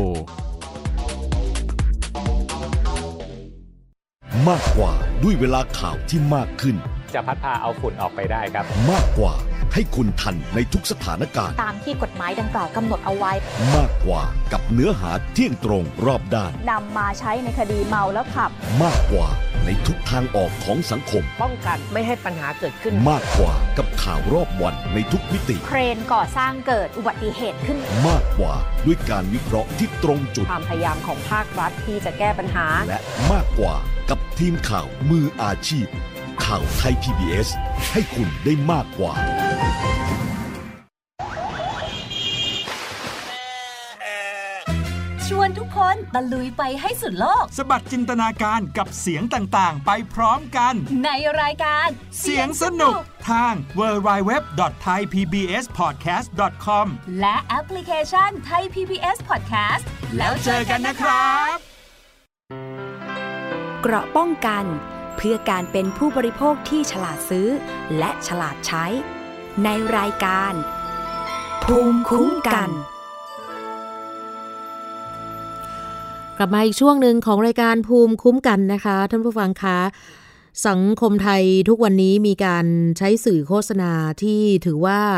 มากกว่าด้วยเวลาข่าวที่มากขึ้นจะพัดพาเอาฝุ่นออกไปได้ครับมากกว่าให้คุณทันในทุกสถานการณ์ตามที่กฎหมายดังกล่าวกำหนดเอาไว้มากกว่ากับเนื้อหาเที่ยงตรงรอบด้านนำมาใช้ในคดีเมาแล้วขับมากกว่าในทุกทางออกของสังคมป้องกันไม่ให้ปัญหาเกิดขึ้นมากกว่ากับข่าวรอบวันในทุกมิติเครนก่อสร้างเกิดอุบัติเหตุขึ้นมากกว่าด้วยการวิเคราะห์ที่ตรงจุดความพยายามของภาครัฐที่จะแก้ปัญหาและมากกว่ากับทีมข่าวมืออาชีพข่าวไทย พี บี เอส ให้คุณได้มากกว่าชวนทุกคนตะลุยไปให้สุดโลกสบัดจินตนาการกับเสียงต่างๆไปพร้อมกันในรายการเสียงสนุกทาง ดับเบิลยู ดับเบิลยู ดับเบิลยู ดอท ไทย พี บี เอส พอดแคสต์ ดอท คอมและแอปพลิเคชัน Thai พี บี เอส Podcast แล้วเจอกันนะครับเกราะป้องกันเพื่อการเป็นผู้บริโภคที่ฉลาดซื้อและฉลาดใช้ในรายการภูมิคุ้มกันกลับมาอีกช่วงหนึ่งของรายการภูมิคุ้มกันนะคะท่านผู้ฟังคะสังคมไทยทุกวันนี้มีการใช้สื่อโฆษณาที่ถือว่า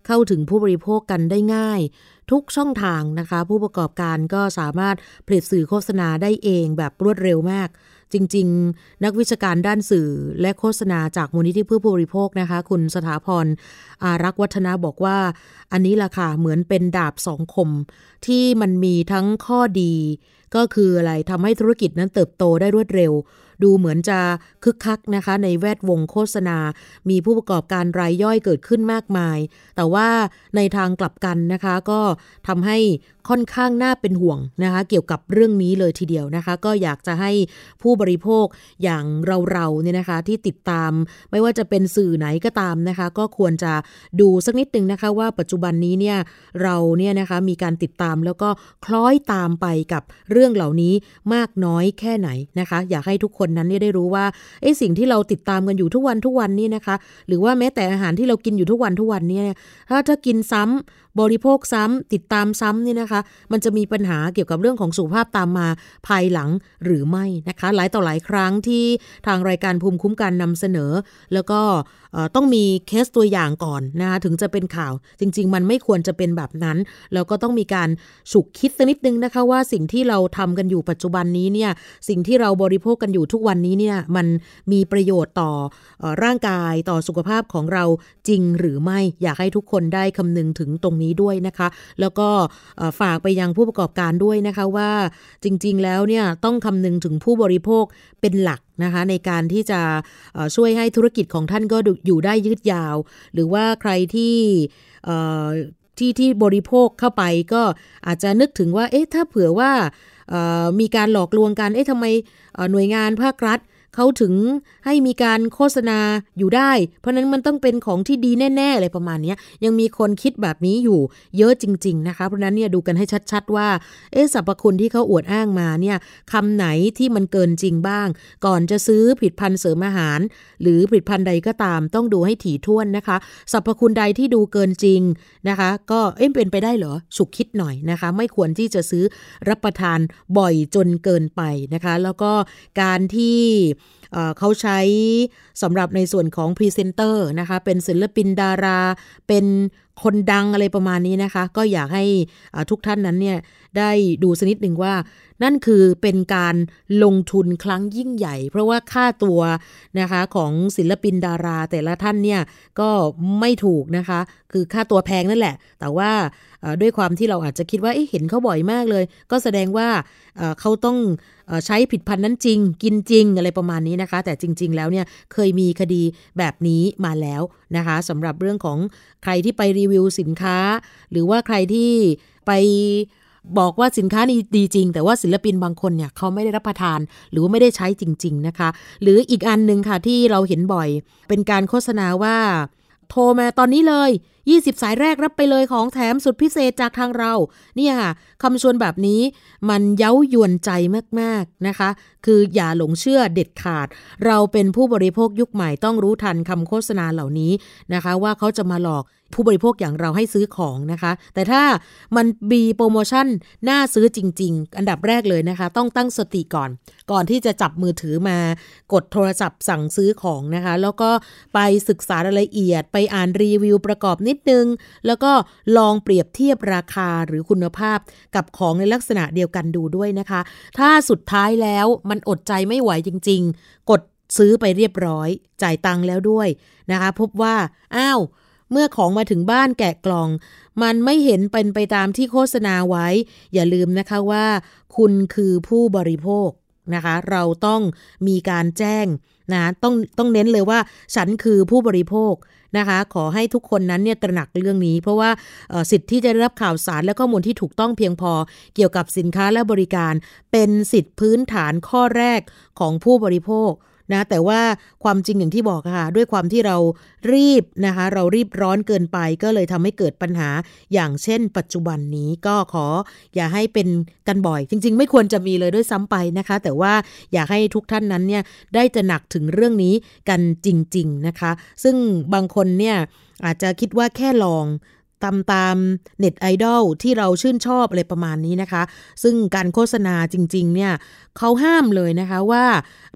เข้าถึงผู้บริโภคกันได้ง่ายทุกช่องทางนะคะผู้ประกอบการก็สามารถผลิตสื่อโฆษณาได้เองแบบรวดเร็วมากจริงๆนักวิชาการด้านสื่อและโฆษณาจากมูลนิธิเพื่อผู้บริโภคนะคะคุณสถาพรอารักษ์วัฒนะบอกว่าอันนี้ล่ะค่ะเหมือนเป็นดาบสองคมที่มันมีทั้งข้อดีก็คืออะไรทำให้ธุรกิจนั้นเติบโตได้รวดเร็วดูเหมือนจะคึกคักนะคะในแวดวงโฆษณามีผู้ประกอบการรายย่อยเกิดขึ้นมากมายแต่ว่าในทางกลับกันนะคะก็ทำให้ค่อนข้างน่าเป็นห่วงนะคะเกี่ยวกับเรื่องนี้เลยทีเดียวนะคะก็อยากจะให้ผู้บริโภคอย่างเราๆเนี่ยนะคะที่ติดตามไม่ว่าจะเป็นสื่อไหนก็ตามนะคะก็ควรจะดูสักนิดนึงนะคะว่าปัจจุบันนี้เนี่ยเราเนี่ยนะคะมีการติดตามแล้วก็คล้อยตามไปกับเรื่องเหล่านี้มากน้อยแค่ไหนนะคะอยากให้ทุกคนนั้นได้รู้ว่าไอ้สิ่งที่เราติดตามกันอยู่ทุกวันทุกวันนี่นะคะหรือว่าแม้แต่อาหารที่เรากินอยู่ทุกวันทุกวันเนี่ยถ้าถ้ากินซ้ำบริโภคซ้ำติดตามซ้ำเนี่ยนะคะมันจะมีปัญหาเกี่ยวกับเรื่องของสุขภาพตามมาภายหลังหรือไม่นะคะหลายต่อหลายครั้งที่ทางรายการภูมิคุ้มกันนำเสนอแล้วก็ต้องมีเคสตัวอย่างก่อนนะคะถึงจะเป็นข่าวจริงๆมันไม่ควรจะเป็นแบบนั้นแล้วก็ต้องมีการฉุกคิดสักนิดนึงนะคะว่าสิ่งที่เราทำกันอยู่ปัจจุบันนี้เนี่ยสิ่งที่เราบริโภคกันอยู่ทุกวันนี้เนี่ยมันมีประโยชน์ต่อร่างกายต่อสุขภาพของเราจริงหรือไม่อยากให้ทุกคนได้คำนึงถึงตรงนี้ด้วยนะคะแล้วก็ฝากไปยังผู้ประกอบการด้วยนะคะว่าจริงๆแล้วเนี่ยต้องคำนึงถึงผู้บริโภคเป็นหลักนะคะในการที่จะช่วยให้ธุรกิจของท่านก็อยู่ได้ยืดยาวหรือว่าใครที่ที่ที่บริโภคเข้าไปก็อาจจะนึกถึงว่าเอ๊ะถ้าเผื่อว่ามีการหลอกลวงกันเอ๊ะทำไมหน่วยงานภาครัฐเขาถึงให้มีการโฆษณาอยู่ได้เพราะนั้นมันต้องเป็นของที่ดีแน่ๆอะไรประมาณนี้ยังมีคนคิดแบบนี้อยู่เยอะจริงๆนะคะเพราะนั้นเนี่ยดูกันให้ชัดๆว่าเอ๊ะสรรพคุณที่เขาอวดอ้างมาเนี่ยคำไหนที่มันเกินจริงบ้างก่อนจะซื้อผลิตภัณฑ์เสริมอาหารหรือผลิตภัณฑ์ใดก็ตามต้องดูให้ถี่ถ้วนนะคะสรรพคุณใดที่ดูเกินจริงนะคะก็เอ๊ะเป็นไปได้เหรอฉุกคิดหน่อยนะคะไม่ควรที่จะซื้อรับประทานบ่อยจนเกินไปนะคะแล้วก็การที่เขาใช้สำหรับในส่วนของพรีเซนเตอร์นะคะเป็นศิลปินดาราเป็นคนดังอะไรประมาณนี้นะคะก็อยากให้ทุกท่านนั้นเนี่ยได้ดูสักนิดหนึ่งว่านั่นคือเป็นการลงทุนครั้งยิ่งใหญ่เพราะว่าค่าตัวนะคะของศิลปินดาราแต่ละท่านเนี่ยก็ไม่ถูกนะคะคือค่าตัวแพงนั่นแหละแต่ว่าด้วยความที่เราอาจจะคิดว่าเอ๊ะเห็นเขาบ่อยมากเลยก็แสดงว่าเขาต้องใช้ผลิตภัณฑ์นั้นจริงกินจริงอะไรประมาณนี้นะคะแต่จริงๆแล้วเนี่ยเคยมีคดีแบบนี้มาแล้วนะคะสำหรับเรื่องของใครที่ไปรีวิวสินค้าหรือว่าใครที่ไปบอกว่าสินค้านี้ดีจริงแต่ว่าศิลปินบางคนเนี่ยเขาไม่ได้รับประทานหรือว่าไม่ได้ใช้จริงๆนะคะหรืออีกอันนึงค่ะที่เราเห็นบ่อยเป็นการโฆษณาว่าโทรมาตอนนี้เลยยี่สิบสายแรกรับไปเลยของแถมสุดพิเศษจากทางเราเนี่ยค่ะคำชวนแบบนี้มันเย้ายวนใจมากๆนะคะคืออย่าหลงเชื่อเด็ดขาดเราเป็นผู้บริโภคยุคใหม่ต้องรู้ทันคำโฆษณาเหล่านี้นะคะว่าเขาจะมาหลอกผู้บริโภคอย่างเราให้ซื้อของนะคะแต่ถ้ามันมีโปรโมชั่นน่าซื้อจริงๆอันดับแรกเลยนะคะต้องตั้งสติก่อนก่อนที่จะจับมือถือมากดโทรศัพท์สั่งซื้อของนะคะแล้วก็ไปศึกษารายละเอียดไปอ่านรีวิวประกอบนิดนึงแล้วก็ลองเปรียบเทียบราคาหรือคุณภาพกับของในลักษณะเดียวกันดูด้วยนะคะถ้าสุดท้ายแล้วมันอดใจไม่ไหวจริงๆกดซื้อไปเรียบร้อยจ่ายตังค์แล้วด้วยนะคะพบว่าอ้าวเมื่อของมาถึงบ้านแกะกล่องมันไม่เห็นเป็นไปตามที่โฆษณาไว้อย่าลืมนะคะว่าคุณคือผู้บริโภคนะคะเราต้องมีการแจ้งนะต้องต้องเน้นเลยว่าฉันคือผู้บริโภคนะคะขอให้ทุกคนนั้นเนี่ยตระหนักเรื่องนี้เพราะว่าสิทธิ์ที่จะได้รับข่าวสารและข้อมูลที่ถูกต้องเพียงพอเกี่ยวกับสินค้าและบริการเป็นสิทธิพื้นฐานข้อแรกของผู้บริโภคนะแต่ว่าความจริงอย่างที่บอกค่ะด้วยความที่เรารีบนะคะเรารีบร้อนเกินไปก็เลยทำให้เกิดปัญหาอย่างเช่นปัจจุบันนี้ก็ขออย่าให้เป็นกันบ่อยจริงๆไม่ควรจะมีเลยด้วยซ้ำไปนะคะแต่ว่าอยากให้ทุกท่านนั้นเนี่ยได้ตระหนักถึงเรื่องนี้กันจริงๆนะคะซึ่งบางคนเนี่ยอาจจะคิดว่าแค่ลองตามตามเน็ตไอดอลที่เราชื่นชอบอะไรประมาณนี้นะคะซึ่งการโฆษณาจริงๆเนี่ยเขาห้ามเลยนะคะว่า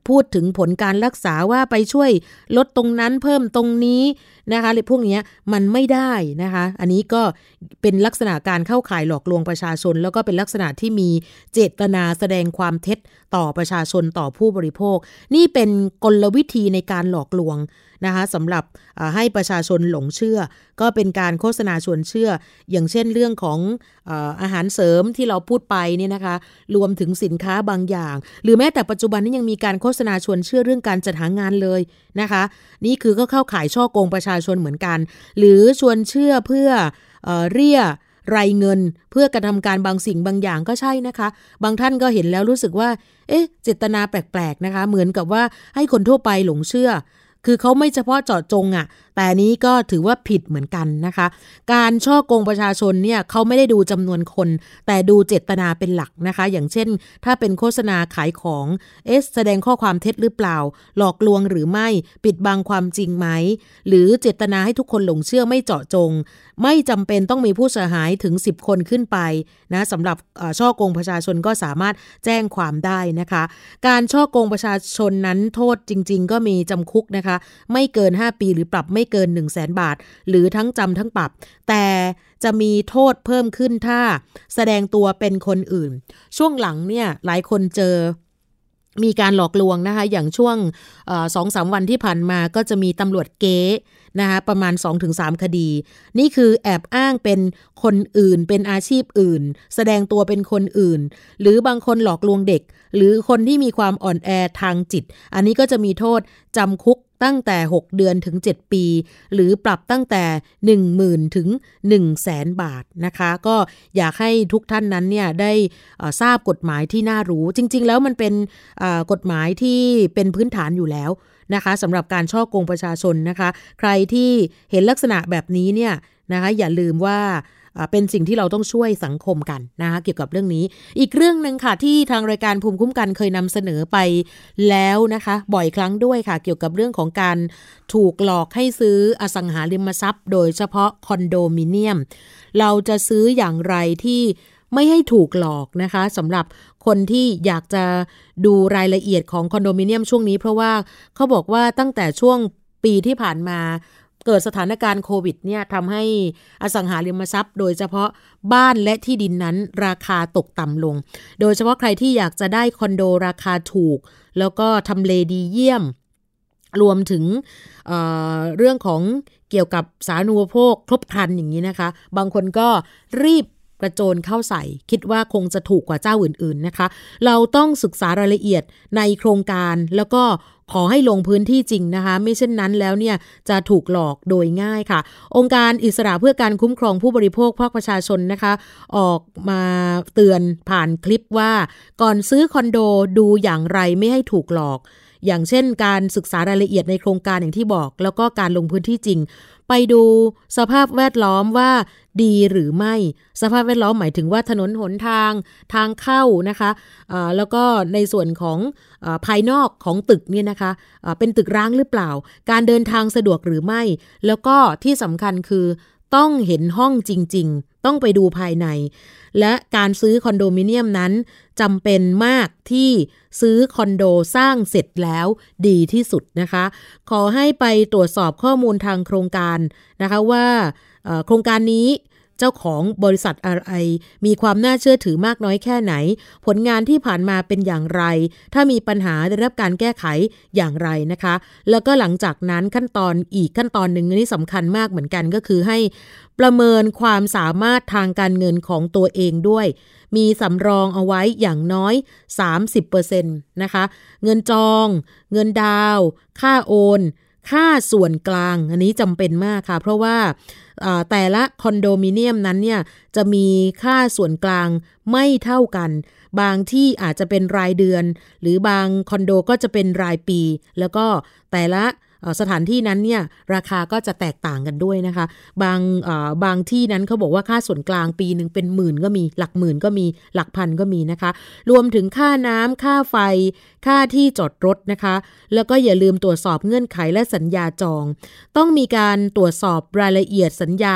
พูดถึงผลการรักษาว่าไปช่วยลดตรงนั้นเพิ่มตรงนี้นะคะหรือพวกนี้มันไม่ได้นะคะอันนี้ก็เป็นลักษณะการเข้าข่ายหลอกลวงประชาชนแล้วก็เป็นลักษณะที่มีเจตนาแสดงความเท็จต่อประชาชนต่อผู้บริโภคนี่เป็นกลวิธีในการหลอกลวงนะคะสำหรับให้ประชาชนหลงเชื่อก็เป็นการโฆษณาชวนเชื่ออย่างเช่นเรื่องของเอ่ออาหารเสริมที่เราพูดไปเนี่ยนะคะรวมถึงสินค้าบางอย่างหรือแม้แต่ปัจจุบันนี้ยังมีการโฆษณาชวนเชื่อเรื่องการจัดหางานเลยนะคะนี่คือก็เข้าข่ายช่อโกงประชาชนเหมือนกันหรือชวนเชื่อเพื่อเอ่อเรียรายเงินเพื่อกระทำการบางสิ่งบางอย่างก็ใช่นะคะบางท่านก็เห็นแล้วรู้สึกว่าเอ๊ะเจตนาแปลกๆนะคะเหมือนกับว่าให้คนทั่วไปหลงเชื่อคือเขาไม่เฉพาะเจาะจงอ่ะแต่นี้ก็ถือว่าผิดเหมือนกันนะคะการช่อโกงประชาชนเนี่ยเขาไม่ได้ดูจำนวนคนแต่ดูเจตนาเป็นหลักนะคะอย่างเช่นถ้าเป็นโฆษณาขายของเอ๊ะแสดงข้อความเท็จหรือเปล่าหลอกลวงหรือไม่ปิดบังความจริงไหมหรือเจตนาให้ทุกคนหลงเชื่อไม่เจาะจงไม่จำเป็นต้องมีผู้เสียหายถึงสิบคนขึ้นไปนะสำหรับช่อโกงประชาชนก็สามารถแจ้งความได้นะคะการช่อโกงประชาชนนั้นโทษจริงๆก็มีจำคุกนะคะไม่เกินห้าปีหรือปรับไม่เกิน หนึ่งแสน บาทหรือทั้งจำทั้งปรับแต่จะมีโทษเพิ่มขึ้นถ้าแสดงตัวเป็นคนอื่นช่วงหลังเนี่ยหลายคนเจอมีการหลอกลวงนะคะอย่างช่วง สองถึงสาม วันที่ผ่านมาก็จะมีตำรวจเก๊นะคะประมาณ สองถึงสาม คดีนี่คือแอบอ้างเป็นคนอื่นเป็นอาชีพอื่นแสดงตัวเป็นคนอื่นหรือบางคนหลอกลวงเด็กหรือคนที่มีความอ่อนแอทางจิตอันนี้ก็จะมีโทษจำคุกตั้งแต่หกเดือนถึงเจ็ดปีหรือปรับตั้งแต่ หนึ่งหมื่น ถึง หนึ่งแสน บาทนะคะก็อยากให้ทุกท่านนั้นเนี่ยได้ทราบกฎหมายที่น่ารู้จริงๆแล้วมันเป็นกฎหมายที่เป็นพื้นฐานอยู่แล้วนะคะสำหรับการช่อโกงประชาชนนะคะใครที่เห็นลักษณะแบบนี้เนี่ยนะคะอย่าลืมว่าเป็นสิ่งที่เราต้องช่วยสังคมกันนะคะเกี่ยวกับเรื่องนี้อีกเรื่องนึงค่ะที่ทางรายการภูมิคุ้มกันเคยนำเสนอไปแล้วนะคะบ่อยครั้งด้วยค่ะเกี่ยวกับเรื่องของการถูกหลอกให้ซื้ออสังหาริมทรัพย์โดยเฉพาะคอนโดมิเนียมเราจะซื้ออย่างไรที่ไม่ให้ถูกหลอกนะคะสำหรับคนที่อยากจะดูรายละเอียดของคอนโดมิเนียมช่วงนี้เพราะว่าเขาบอกว่าตั้งแต่ช่วงปีที่ผ่านมาเกิดสถานการณ์โควิดเนี่ยทำให้อสังหาริมทรัพย์โดยเฉพาะบ้านและที่ดินนั้นราคาตกต่ำลงโดยเฉพาะใครที่อยากจะได้คอนโดราคาถูกแล้วก็ทำเลดีเยี่ยมรวมถึง เอ่อ เรื่องของเกี่ยวกับสาธารณูปโภคครบครันอย่างนี้นะคะบางคนก็รีบกระโจนเข้าใส่คิดว่าคงจะถูกกว่าเจ้าอื่นๆนะคะเราต้องศึกษารายละเอียดในโครงการแล้วก็ขอให้ลงพื้นที่จริงนะคะไม่เช่นนั้นแล้วเนี่ยจะถูกหลอกโดยง่ายค่ะองค์การอิสระเพื่อการคุ้มครองผู้บริโภคภาคประชาชนนะคะออกมาเตือนผ่านคลิปว่าก่อนซื้อคอนโดดูอย่างไรไม่ให้ถูกหลอกอย่างเช่นการศึกษารายละเอียดในโครงการอย่างที่บอกแล้วก็การลงพื้นที่จริงไปดูสภาพแวดล้อมว่าดีหรือไม่สภาพแวดล้อมหมายถึงว่าถนนหนทางทางเข้านะคะะแล้วก็ในส่วนของภายนอกของตึกเนี่ยนะคะะเป็นตึกร้างหรือเปล่าการเดินทางสะดวกหรือไม่แล้วก็ที่สำคัญคือต้องเห็นห้องจริงๆต้องไปดูภายในและการซื้อคอนโดมิเนียมนั้นจำเป็นมากที่ซื้อคอนโดสร้างเสร็จแล้วดีที่สุดนะคะขอให้ไปตรวจสอบข้อมูลทางโครงการนะคะว่าโครงการนี้เจ้าของบริษัทอะไรมีความน่าเชื่อถือมากน้อยแค่ไหนผลงานที่ผ่านมาเป็นอย่างไรถ้ามีปัญหาได้รับการแก้ไขอย่างไรนะคะแล้วก็หลังจากนั้นขั้นตอนอีกขั้นตอนหนึ่งนี่สำคัญมากเหมือนกันก็คือให้ประเมินความสามารถทางการเงินของตัวเองด้วยมีสำรองเอาไว้อย่างน้อย สามสิบเปอร์เซ็นต์ นะคะเงินจองเงินดาวค่าโอนค่าส่วนกลางอันนี้จำเป็นมากค่ะเพราะว่าแต่ละคอนโดมิเนียมนั้นเนี่ยจะมีค่าส่วนกลางไม่เท่ากันบางที่อาจจะเป็นรายเดือนหรือบางคอนโดก็จะเป็นรายปีแล้วก็แต่ละสถานที่นั้นเนี่ยราคาก็จะแตกต่างกันด้วยนะคะบางบางที่นั้นเขาบอกว่าค่าส่วนกลางปีนึงเป็นหมื่นก็มีหลักหมื่นก็มีหลักพันก็มีนะคะรวมถึงค่าน้ำค่าไฟค่าที่จอดรถนะคะแล้วก็อย่าลืมตรวจสอบเงื่อนไขและสัญญาจองต้องมีการตรวจสอบรายละเอียดสัญญา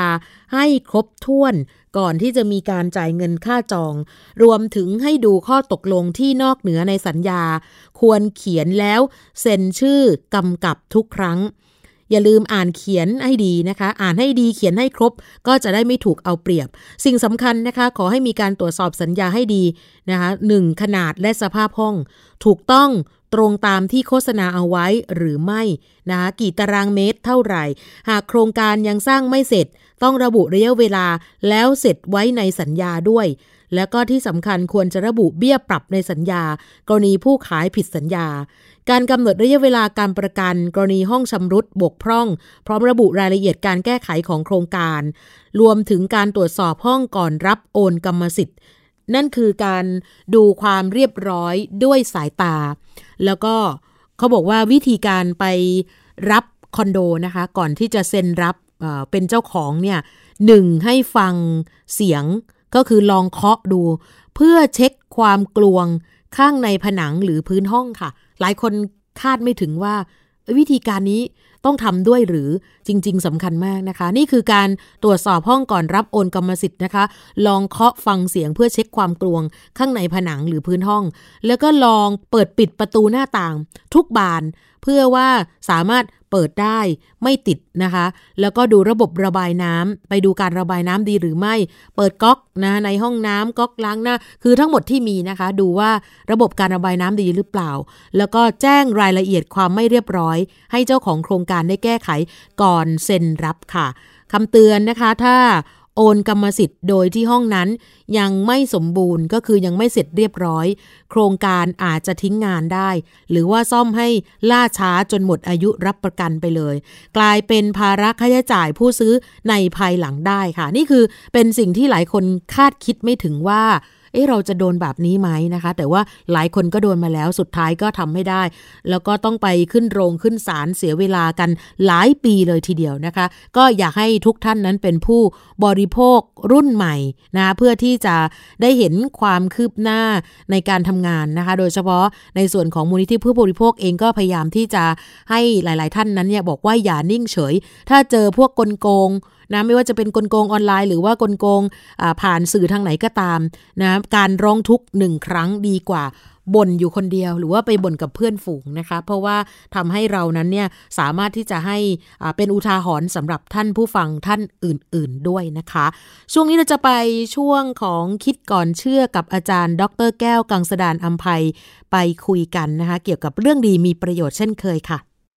ให้ครบถ้วนก่อนที่จะมีการจ่ายเงินค่าจองรวมถึงให้ดูข้อตกลงที่นอกเหนือในสัญญาควรเขียนแล้วเซ็นชื่อกำกับทุกครั้งอย่าลืมอ่านเขียนให้ดีนะคะอ่านให้ดีเขียนให้ครบก็จะได้ไม่ถูกเอาเปรียบสิ่งสำคัญนะคะขอให้มีการตรวจสอบสัญญาให้ดีนะคะหนึ่งขนาดและสภาพห้องถูกต้องตรงตามที่โฆษณาเอาไว้หรือไม่นะคะกี่ตารางเมตรเท่าไหร่หากโครงการยังสร้างไม่เสร็จต้องระบุระยะเวลาแล้วเสร็จไว้ในสัญญาด้วยแล้วก็ที่สำคัญควรจะระบุเบี้ยปรับในสัญญากรณีผู้ขายผิดสัญญาการกำหนดระยะเวลาการประกันกรณีห้องชำรุดบกพร่องพร้อมระบุรายละเอียดการแก้ไขของโครงการรวมถึงการตรวจสอบห้องก่อนรับโอนกรรมสิทธิ์นั่นคือการดูความเรียบร้อยด้วยสายตาแล้วก็เขาบอกว่าวิธีการไปรับคอนโดนะคะก่อนที่จะเซ็นรับเอ่อเป็นเจ้าของเนี่ยหนึ่งให้ฟังเสียงก็คือลองเคาะดูเพื่อเช็คความกลวงข้างในผนังหรือพื้นห้องค่ะหลายคนคาดไม่ถึงว่าวิธีการนี้ต้องทำด้วยหรือจริงๆสำคัญมากนะคะนี่คือการตรวจสอบห้องก่อนรับโอนกรรมสิทธิ์นะคะลองเคาะฟังเสียงเพื่อเช็คความกลวงข้างในผนังหรือพื้นห้องแล้วก็ลองเปิดปิดประตูหน้าต่างทุกบานเพื่อว่าสามารถเปิดได้ไม่ติดนะคะแล้วก็ดูระบบระบายน้ำไปดูการระบายน้ำดีหรือไม่เปิดก๊อกนะในห้องน้ำก๊อกล้างหน้าคือทั้งหมดที่มีนะคะดูว่าระบบการระบายน้ำดีหรือเปล่าแล้วก็แจ้งรายละเอียดความไม่เรียบร้อยให้เจ้าของโครงการได้แก้ไขก่อนเซ็นรับค่ะคำเตือนนะคะถ้าโอนกรรมสิทธิ์โดยที่ห้องนั้นยังไม่สมบูรณ์ก็คือยังไม่เสร็จเรียบร้อยโครงการอาจจะทิ้งงานได้หรือว่าซ่อมให้ล่าช้าจนหมดอายุรับประกันไปเลยกลายเป็นภาระค่าใช้จ่ายผู้ซื้อในภายหลังได้ค่ะนี่คือเป็นสิ่งที่หลายคนคาดคิดไม่ถึงว่าเอ๊ะเราจะโดนแบบนี้ไหมนะคะแต่ว่าหลายคนก็โดนมาแล้วสุดท้ายก็ทำไม่ได้แล้วก็ต้องไปขึ้นโรงขึ้นศาลเสียเวลากันหลายปีเลยทีเดียวนะคะก็อยากให้ทุกท่านนั้นเป็นผู้บริโภครุ่นใหม่นะเพื่อที่จะได้เห็นความคืบหน้าในการทำงานนะคะโดยเฉพาะในส่วนของมูลนิธิเพื่อบริโภคเองก็พยายามที่จะให้หลายๆท่านนั้นเนี่ยบอกว่าอย่านิ่งเฉยถ้าเจอพวกกลโกงนะไม่ว่าจะเป็นกลโกงออนไลน์หรือว่ากลโกงผ่านสื่อทางไหนก็ตามนะการร้องทุกข์หนึ่งครั้งดีกว่าบ่นอยู่คนเดียวหรือว่าไปบ่นกับเพื่อนฝูงนะคะเพราะว่าทำให้เรานั้นเนี่ยสามารถที่จะให้เป็นอุทาหรณ์สำหรับท่านผู้ฟังท่านอื่นๆด้วยนะคะช่วงนี้เราจะไปช่วงของคิดก่อนเชื่อกับอาจารย์ดร.แก้วกังสดาลอำไพไปคุยกันนะคะเกี่ยวกับเรื่องดีมีประโยชน์เช่นเคยค่ะ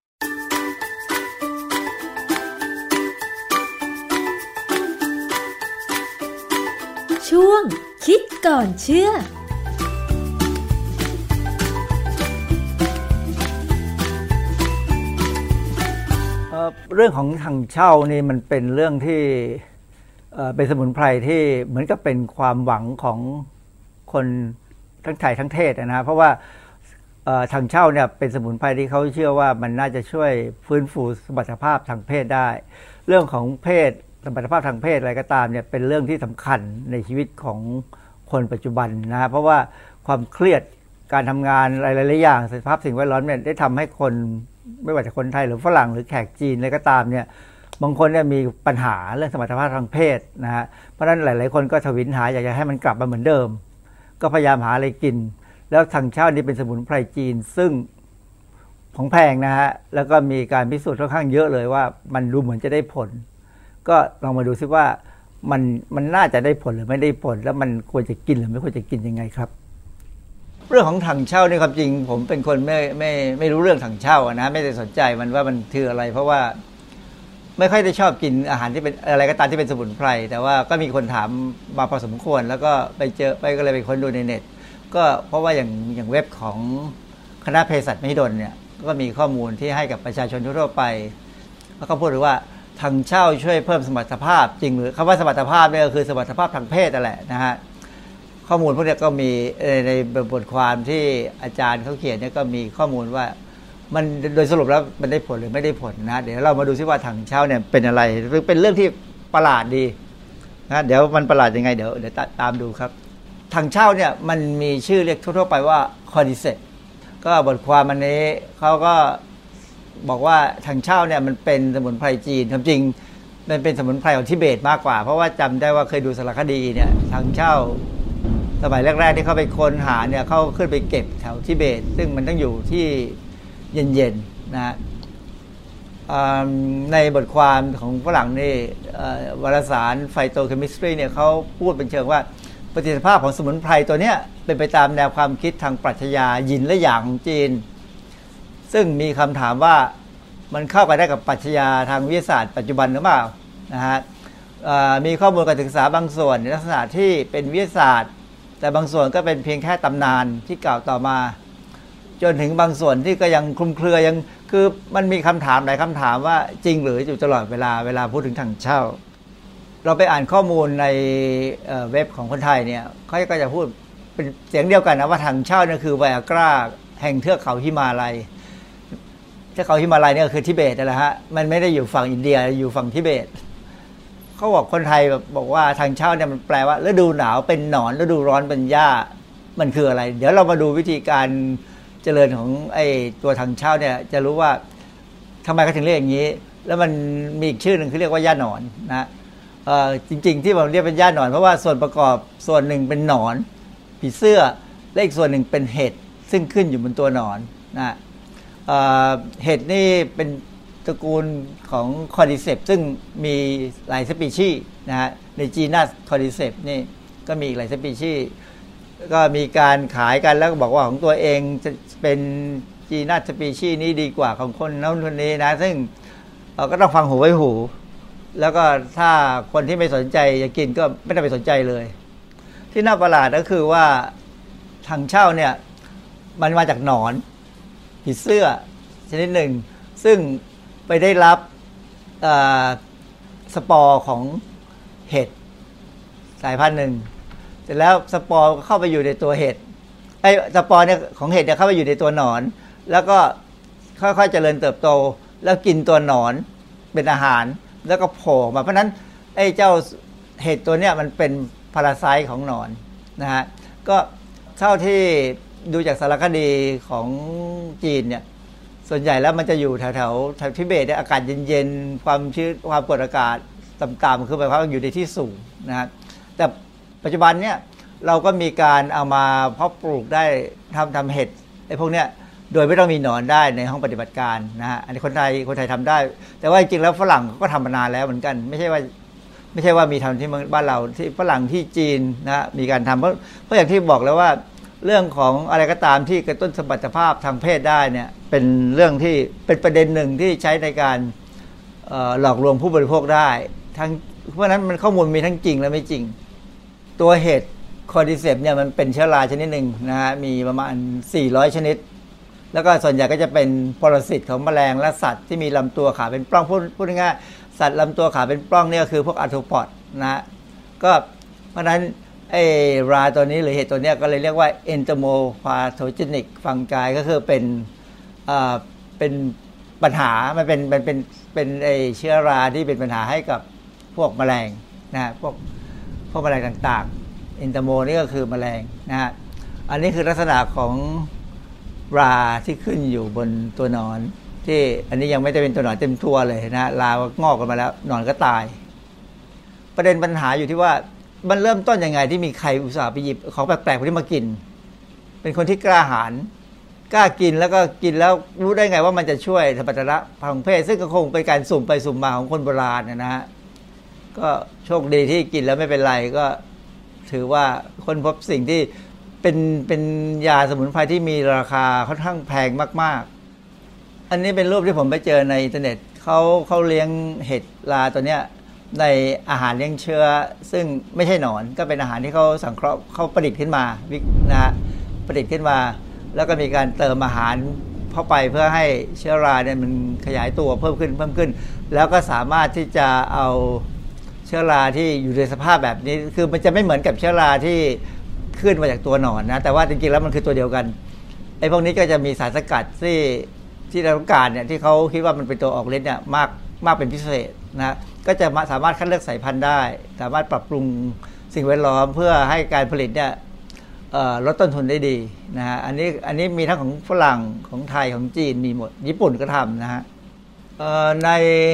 ช่วงคิดก่อนเชื่อเรื่องของถังเช่านี่มันเป็นเรื่องที่เป็นสมุนไพรที่เหมือนกับเป็นความหวังของคนทั้งไทยทั้งเทศนะเพราะว่าถังเช่าเนี่ยเป็นสมุนไพรที่เขาเชื่อว่ามันน่าจะช่วยฟื้นฟูสมรรถภาพทางเพศได้เรื่องของเพศสมรรถภาพทางเพศอะไรก็ตามเนี่ยเป็นเรื่องที่สำคัญในชีวิตของคนปัจจุบันนะเพราะว่าความเครียดการทำงานหลายๆอย่างสภาพสิ่งแวดล้อมเนี่ยได้ทำให้คนไม่ว่าจะคนไทยหรือฝรั่งหรือแขกจีนอะไรก็ตามเนี่ยบางคนเนี่ยมีปัญหาเรื่องสมรรถภาพทางเพศนะฮะเพราะฉะนั้นหลายๆคนก็ทวินหาอยากจะให้มันกลับมาเหมือนเดิมก็พยายามหาอะไรกินแล้วถังเช่านี่เป็นสมุนไพรจีนซึ่งของแพงนะฮะแล้วก็มีการพิสูจน์ค่อนข้างเยอะเลยว่ามันดูเหมือนจะได้ผลก็ลองมาดูซิว่ามันมันน่าจะได้ผลหรือไม่ได้ผลแล้วมันควรจะกินหรือไม่ควรจะกินยังไงครับเรื่องของถังเช่านี่ความจริงผมเป็นคนไม่ไม่ไม่รู้เรื่องถังเช่านะไม่ได้สนใจมันว่ามันคืออะไรเพราะว่าไม่ค่อยได้ชอบกินอาหารที่เป็นอะไรก็ตามที่เป็นสมุนไพรแต่ว่าก็มีคนถามมาพอสมควรแล้วก็ไปเจอไปก็เลยไปค้นดูในเน็ตก็เพราะว่าอย่างอย่างเว็บของคณะเภสัชมหิดลเนี่ยก็มีข้อมูลที่ให้กับประชาชนทั่วไปแล้วก็พูดถึงว่าถังเช่าช่วยเพิ่มสมรรถภาพจริงหรือคำว่าสมรรถภาพเนี่ยก็คือสมรรถภาพทางเพศนั่นแหละนะฮะข้อมูลพวกนี้ก็มีในบทความที่อาจารย์เขาเขียนเนี่ยก็มีข้อมูลว่ามันโดยสรุปแล้วมันได้ผลหรือไม่ได้ผลนะเดี๋ยวเรามาดูซิว่าถังเช่าเนี่ยเป็นอะไรหรือเป็นเรื่องที่ประหลาดดีนะเดี๋ยวมันประหลาดยังไงเดี๋ยวเดี๋ยวตามดูครับถังเช่าเนี่ยมันมีชื่อเรียกทั่วๆไปว่าคอร์ดิเซปก็บทความอันนี้เขาก็บอกว่าถังเช่าเนี่ยมันเป็นสมุนไพรจีนความจริงมันเป็นสมุนไพรของทิเบตมากกว่าเพราะว่าจำได้ว่าเคยดูสารคดีเนี่ยทางเช่าสมัยแรกๆที่เขาไปค้นหาเนี่ยเขาขึ้นไปเก็บแถวทิเบตซึ่งมันต้องอยู่ที่เย็นๆนะในบทความของฝรั่งนี่วารสารไฟโตเคมิสตรีเนี่ยเขาพูดเป็นเชิงว่าประสิทธิภาพของสมุนไพรตัวเนี้ยเป็นไปตามแนวความคิดทางปรัชญาหยินและหยางของจีนซึ่งมีคำถามว่ามันเข้ากันได้กับปรัชญาทางวิทยาศาสตร์ปัจจุบันหรือเปล่านะฮะมีข้อมูลการศึกษาบางส่วนในลักษณะที่เป็นวิทยาศาสตร์แต่บางส่วนก็เป็นเพียงแค่ตำนานที่กล่าวต่อมาจนถึงบางส่วนที่ก็ยังคลุมเครือยังคือมันมีคำถามหลายคำถามว่าจริงหรืออยู่ตลอดเวลาเวลาพูดถึงถังเช่าเราไปอ่านข้อมูลในเว็บของคนไทยเนี่ยเขาก็จะพูดเป็นเสียงเดียวกันนะว่าถังเช่าเนี่ยคือไวอากราแห่งเทือกเขาหิมาลัยเทือกเขาหิมาลัยเนี่ยคือทิเบตนั่นแหละฮะมันไม่ได้อยู่ฝั่งอินเดียอยู่ฝั่งทิเบตเขาบอกคนไทยบอกว่าถังเช่าเนี่ยมันแปลว่าฤดูหนาวเป็นหนอนฤดูร้อนเป็นหญ้ามันคืออะไรเดี๋ยวเรามาดูวิธีการเจริญของไอ้ตัวถังเช่าเนี่ยจะรู้ว่าทำไมเขาถึงเรียกอย่างนี้แล้วมันมีอีกชื่อหนึ่งคือเรียกว่าหญ้าหนอนนะจริงๆที่ผมเรียกเป็นหญ้าหนอนเพราะว่าส่วนประกอบส่วนหนึ่งเป็นหนอนผีเสื้อและอีกส่วนหนึ่งเป็นเห็ดซึ่งขึ้นอยู่บนตัวหนอนนะเห็ดนี่เป็นตระกูลของคอร์ดิเซปซึ่งมีหลายสปีชีส์นะฮะในจีนัสคอร์ดิเซปนี่ก็มีหลายสปีชีส์ก็มีการขายกันแล้วก็บอกว่าของตัวเองจะเป็นจีนัสสปีชีส์นี้ดีกว่าของคนนั้นคนนี้นะซึ่งเราก็ต้องฟังหูไว้หูแล้วก็ถ้าคนที่ไม่สนใจจะกินก็ไม่ต้องไปสนใจเลยที่น่าประหลาดก็คือว่าถังเช่าเนี่ยมันมาจากหนอนผีเสื้อชนิดหนึ่งซึ่งไปได้รับสปอร์ของเห็ดสายพันธุ์หนึ่งเสร็จแล้วสปอร์เข้าไปอยู่ในตัวเห็ดไอ้สปอร์เนี่ยของเห็ดเนี่ยเข้าไปอยู่ในตัวหนอนแล้วก็ค่อยๆเจริญเติบโตแล้วกินตัวหนอนเป็นอาหารแล้วก็โผล่มาเพราะนั้นไอ้เจ้าเห็ดตัวเนี้ยมันเป็นพาราไซต์ของหนอนนะฮะก็เท่าที่ดูจากสารคดีของจีนเนี่ยส่วนใหญ่แล้วมันจะอยู่แถวแถวแถวทิเบตเนี่ยอากาศเย็นๆความชื้นความกดอากาศต่ำๆคือหมายความว่าอยู่ในที่สูงนะฮะแต่ปัจจุบันเนี่ยเราก็มีการเอามาเพาะปลูกได้ทำทำเห็ดไอ้พวกเนี้ยโดยไม่ต้องมีหนอนได้ในห้องปฏิบัติการนะฮะอันนี้คนไทยคนไทยทำได้แต่ว่าจริงๆแล้วฝรั่งก็ทำมานานแล้วเหมือนกันไม่ใช่ว่าไม่ใช่ว่ามีทำที่บ้านเราที่ฝรั่งที่จีนนะมีการทำเพราะเพราะอย่างที่บอกแล้วว่าเรื่องของอะไรก็ตามที่กระตุ้นสมรรถภาพทางเพศได้เนี่ยเป็นเรื่องที่เป็นประเด็นหนึ่งที่ใช้ในการหลอกลวงผู้บริโภคได้ทั้งเพราะนั้นมันข้อมูลมีทั้งจริงและไม่จริงตัวเห็ดคอร์ดิเซปเนี่ยมันเป็นเชื้อราชนิดหนึ่งนะฮะมีประมาณสี่ร้อยชนิดแล้วก็ส่วนใหญ่ก็จะเป็นปรสิตของแมลงและสัตว์ที่มีลำตัวขาเป็นปล้องพูดพูดง่ายๆสัตว์ลำตัวขาเป็นปล้องเนี่ยก็คือพวกอาร์โทพอดนะฮะก็เพราะฉะนั้นไอ้ราตัวนี้หรือเห็ดตัวนี้ก็เลยเรียกว่า entomopathogenic fungi ก็คือเป็นอ่าเป็นปัญหามันเป็นมันเป็นเป็นไอ้เชื้อราที่เป็นปัญหาให้กับพวกแมลงนะฮะพวกพวกแมลงต่างๆ entomo นี่ก็คือแมลงนะฮะอันนี้คือลักษณะของราที่ขึ้นอยู่บนตัวหนอนที่อันนี้ยังไม่ได้เป็นตัวหนอนเต็มตัวเลยนะราก็งอกกันมาแล้วหนอนก็ตายประเด็นปัญหาอยู่ที่ว่ามันเริ่มต้นยังไงที่มีใครอุตส่าห์ไปหยิบของแปลกๆพวกนี้มากินเป็นคนที่กล้าหาญกล้ากินแล้วก็กินแล้วรู้ได้ไงว่ามันจะช่วยสมรรถนะทางเพศซึ่งก็คงเป็นการสุ่มไปสุ่มมาของคนโบราณนะฮะก็โชคดีที่กินแล้วไม่เป็นไรก็ถือว่าคนพบสิ่งที่เป็นเป็นยาสมุนไพรที่มีราคาค่อนข้างแพงมากๆอันนี้เป็นรูปที่ผมไปเจอในอินเทอร์เน็ตเขาเขาเลี้ยงเห็ดราตัวเนี้ยในอาหารเลี้ยงเชื้อซึ่งไม่ใช่หนอนก็เป็นอาหารที่เขาสังเคราะห์เขาประดิษฐ์ขึ้นมานะฮะประดิษฐ์ขึ้นมาแล้วก็มีการเติมอาหารเข้าไปเพื่อให้เชื้อราเนี่ยมันขยายตัวเพิ่มขึ้นเพิ่มขึ้นแล้วก็สามารถที่จะเอาเชื้อราที่อยู่ในสภาพแบบนี้คือมันจะไม่เหมือนกับเชื้อราที่ขึ้นมาจากตัวหนอนนะแต่ว่าจริงๆแล้วมันคือตัวเดียวกันไอ้พวกนี้ก็จะมีสารสกัดที่ที่เราต้องการเนี่ยที่เขาคิดว่ามันเป็นตัวออกฤทธิ์เนี่ยมากมากเป็นพิเศษนะก็จะสามารถคัดเลือกสายพันธุ์ได้สามารถปรับปรุงสิ่งแวดล้อมเพื่อให้การผลิตเนี่ยลดต้นทุนได้ดีนะฮะอันนี้อันนี้มีทั้งของฝรั่งของไทยของจีนมีหมดญี่ปุ่นก็ทำนะฮะใน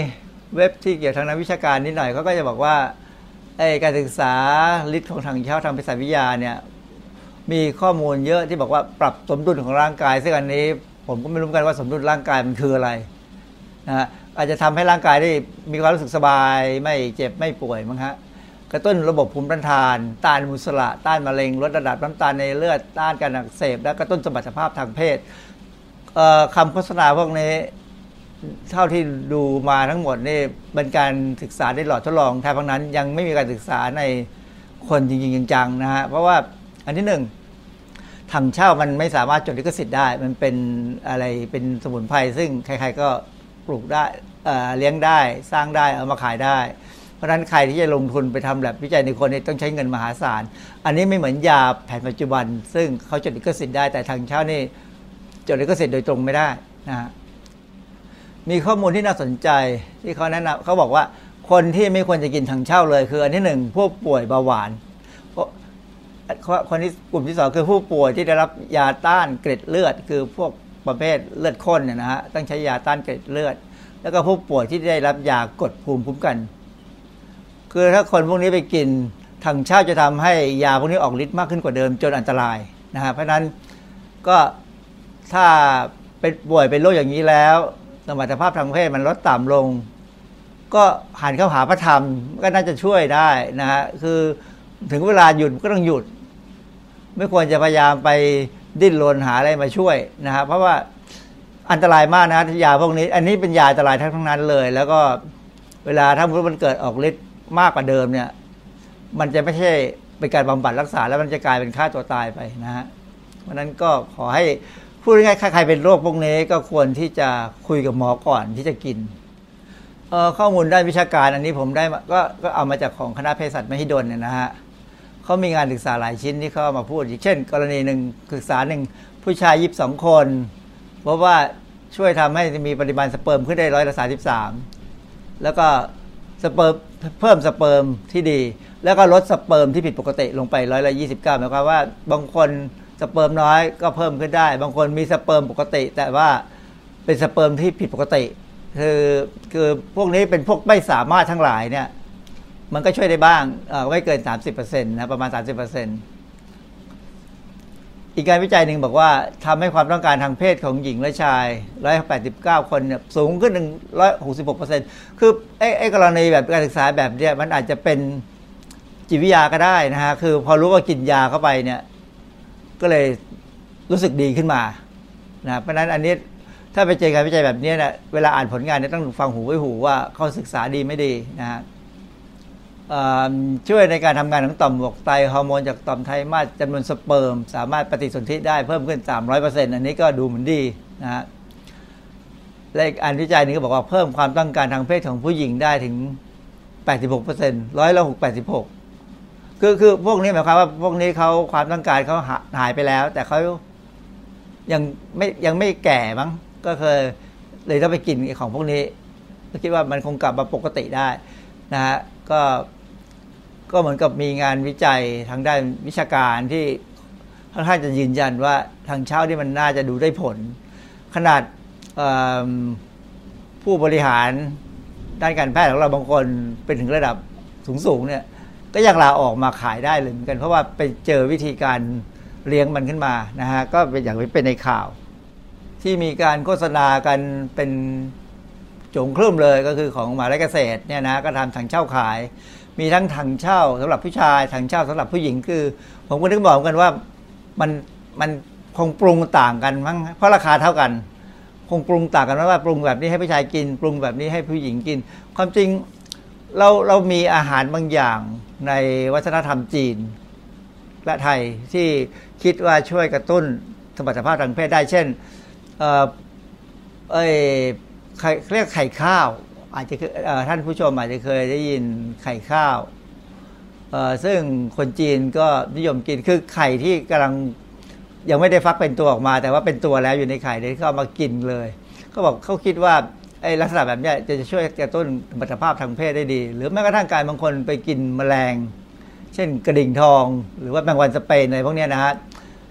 เว็บที่เกี่ยวทางนักวิชาการนิดหน่อยเขาก็จะบอกว่าไอ้การศึกษาฤทธิ์ของถังเช่าทางภาษาวิทยาเนี่ยมีข้อมูลเยอะที่บอกว่าปรับสมดุลของร่างกายซึ่งอันนี้ผมก็ไม่รู้กันว่าสมดุลร่างกายมันคืออะไรนะฮะอาจจะทำให้ร่างกายได้มีความรู้สึกสบายไม่เจ็บไม่ป่วยมั้งฮะกระตุ้นระบบภูมิต้านทานต้านอนุมูลอิสระต้านมะเร็งลดระดับน้ำตาลในเลือดต้านการอักเสบและกระตุ้นสมรรถภาพทางเพศคำโฆษณาพวกนี้เท่าที่ดูมาทั้งหมดนี่เป็นการศึกษาในหลอดทดลองแทบทั้งนั้นยังไม่มีการศึกษาในคนจริงๆจังๆนะฮะเพราะว่าอันที่หนึ่งถังเช่ามันไม่สามารถจดลิขสิทธิ์ได้มันเป็นอะไรเป็นสมุนไพรซึ่งใครๆก็ปลูกได้เลี้ยงได้สร้างได้เอามาขายได้เพราะฉะนั้นใครที่จะลงทุนไปทำแบบวิจัยในคนนี่ต้องใช้เงินมหาศาลอันนี้ไม่เหมือนยาแผนปัจจุบันซึ่งเขาจดลิขสิทธิ์ได้แต่ถังเช่านี่จดลิขสิทธิ์โดยตรงไม่ได้นะฮะมีข้อมูลที่น่าสนใจที่เขาแนะนำเขาบอกว่าคนที่ไม่ควรจะกินถังเช่าเลยคืออันที่หนึ่งผู้ป่วยเบาหวานคนที่กลุ่มที่สองคือผู้ป่วยที่ได้รับยาต้านเกล็ดเลือดคือพวกประเภทเลือดข้นเนี่ยนะฮะต้องใช้ยาต้านเกล็ดเลือดแล้วก็ผู้ป่วยที่ได้รับยากดภูมิคุ้มกันคือถ้าคนพวกนี้ไปกินถังเช่าจะทำให้ยาพวกนี้ออกฤทธิ์มากขึ้นกว่าเดิมจนอันตรายนะฮะเพราะฉะนั้นก็ถ้าเป็นป่วยเป็นโรคอย่างนี้แล้วสมรรถภาพทางเพศมันลดต่ำลงก็หันเข้าหาพระธรรมก็น่าจะช่วยได้นะฮะคือถึงเวลาหยุดก็ต้องหยุดไม่ควรจะพยายามไปดิ้นรนหาอะไรมาช่วยนะฮะเพราะว่าอันตรายมากนะยาพวกนี้อันนี้เป็นยาอันตรายทั้งนั้นเลยแล้วก็เวลาถ้ามันเกิดออกฤทธิ์มากกว่าเดิมเนี่ยมันจะไม่ใช่เป็นการบำบัดรักษาแล้วมันจะกลายเป็นฆ่าตัวตายไปนะฮะเพราะนั้นก็ขอให้พูดง่ายๆใครเป็นโรคพวกนี้ก็ควรที่จะคุยกับหมอก่อนที่จะกินข้อมูลด้านวิชาการอันนี้ผมได้ก็ก็เอามาจากของคณะเภสัชมหิดลเนี่ยนะฮะเขามีงานศึกษาหลายชิ้นที่เขามาพูดอย่างเช่นกรณีหนึ่งศึกษาหนึ่งผู้ชายยี่สิบสองคนเพราะว่าช่วยทำให้มีปริมาณสเปิร์มขึ้นได้ร้อยละสามสิบสามแล้วก็สเปิร์มเพิ่มสเปิร์มที่ดีแล้วก็ลดสเปิร์มที่ผิดปกติลงไปร้อยละยี่สิบเก้าหมายความว่าบางคนสเปิร์มน้อยก็เพิ่มขึ้นได้บางคนมีสเปิร์มปกติแต่ว่าเป็นสเปิร์มที่ผิดปกติคือคือพวกนี้เป็นพวกไม่สามารถทั้งหลายเนี่ยมันก็ช่วยได้บ้างไม่เกิน สามสิบเปอร์เซ็นต์ นะประมาณ สามสิบเปอร์เซ็นต์ อีกการวิจัยหนึ่งบอกว่าทำให้ความต้องการทางเพศของหญิงและชายหนึ่งร้อยแปดสิบเก้าคนเนี่ยสูงขึ้น หนึ่งร้อยหกสิบหกเปอร์เซ็นต์ คือไอ้ไอ้กรณีแบบการศึกษาแบบเนี้ยมันอาจจะเป็นจิตวิทยาก็ได้นะฮะคือพอรู้ว่ากินยาเข้าไปเนี่ยก็เลยรู้สึกดีขึ้นมานะเพราะฉะนั้นอันนี้ถ้าไปเจอการวิจัยแบบนี้นะเวลาอ่านผลงานเนี่ยต้องฟังหูไว้หูว่าเขาศึกษาดีไม่ดีนะฮะช่วยในการทำงานของต่อมหมวกไตฮอร์โมนจากต่อมไทมัสจำนวนสเปิร์มสามารถปฏิสนธิได้เพิ่มขึ้น สามร้อยเปอร์เซ็นต์ อันนี้ก็ดูเหมือนดีนะฮะและอีกอันวิจัยนึงก็บอกว่าเพิ่มความต้องการทางเพศของผู้หญิงได้ถึง แปดสิบหกเปอร์เซ็นต์ ร้อยละหก แปดสิบหกคือคือพวกนี้หมายความว่าพวกนี้เขาความต้องการเขาหายไปแล้วแต่เขายังไม่ยังไม่แก่มั้งก็เคยเลยต้องไปกินของพวกนี้ก็คิดว่ามันคงกลับมาปกติได้นะฮะก็ก็เหมือนกับมีงานวิจัยทางด้านวิชาการที่ค่อนข้างจะยืนยันว่าทางเช่าที่มันน่าจะดูได้ผลขนาดผู้บริหารด้านการแพทย์ของเราบางคนเป็นถึงระดับสูงๆเนี่ยก็ยังลาออกมาขายได้เลยเหมือนกันเพราะว่าไปเจอวิธีการเลี้ยงมันขึ้นมานะฮะก็เป็นอย่างที่เป็นในข่าวที่มีการโฆษณากันเป็นโจงครึ่มเลยก็คือของมหาวิทยาลัยเกษตรเนี่ยนะก็ทำถังเช่าขายมีทั้งถังเช่าสำหรับผู้ชายถังเช่าสำหรับผู้หญิงคือผมก็นึกบอกกันว่ามันมันคงปรุงต่างกันมั้งเพราะราคาเท่ากันคงปรุงต่างกันว่าปรุงแบบนี้ให้ผู้ชายกินปรุงแบบนี้ให้ผู้หญิงกินความจริงเราเรามีอาหารบางอย่างในวัฒนธรรมจีนและไทยที่คิดว่าช่วยกระตุ้นสมรรถภาพทางเพศได้เช่นเอ่อเอ้ยไข่เรียกไข่ข้าวอาจจะท่านผู้ชมอาจจะเคยได้ยินไข่ข้าวซึ่งคนจีนก็นิยมกินคือไข่ที่กำลังยังไม่ได้ฟักเป็นตัวออกมาแต่ว่าเป็นตัวแล้วอยู่ในไข่เลยเขาเอามากินเลยเขาบอกเขาคิดว่าไอ้ลักษณะแบบนี้จะช่วยกระตุ้นสมรรถภาพทางเพศได้ดีหรือแม้กระทั่งการบางคนไปกินแมลงเช่นกระดิ่งทองหรือว่าแมงวันสเปนอะไรพวกนี้นะฮะ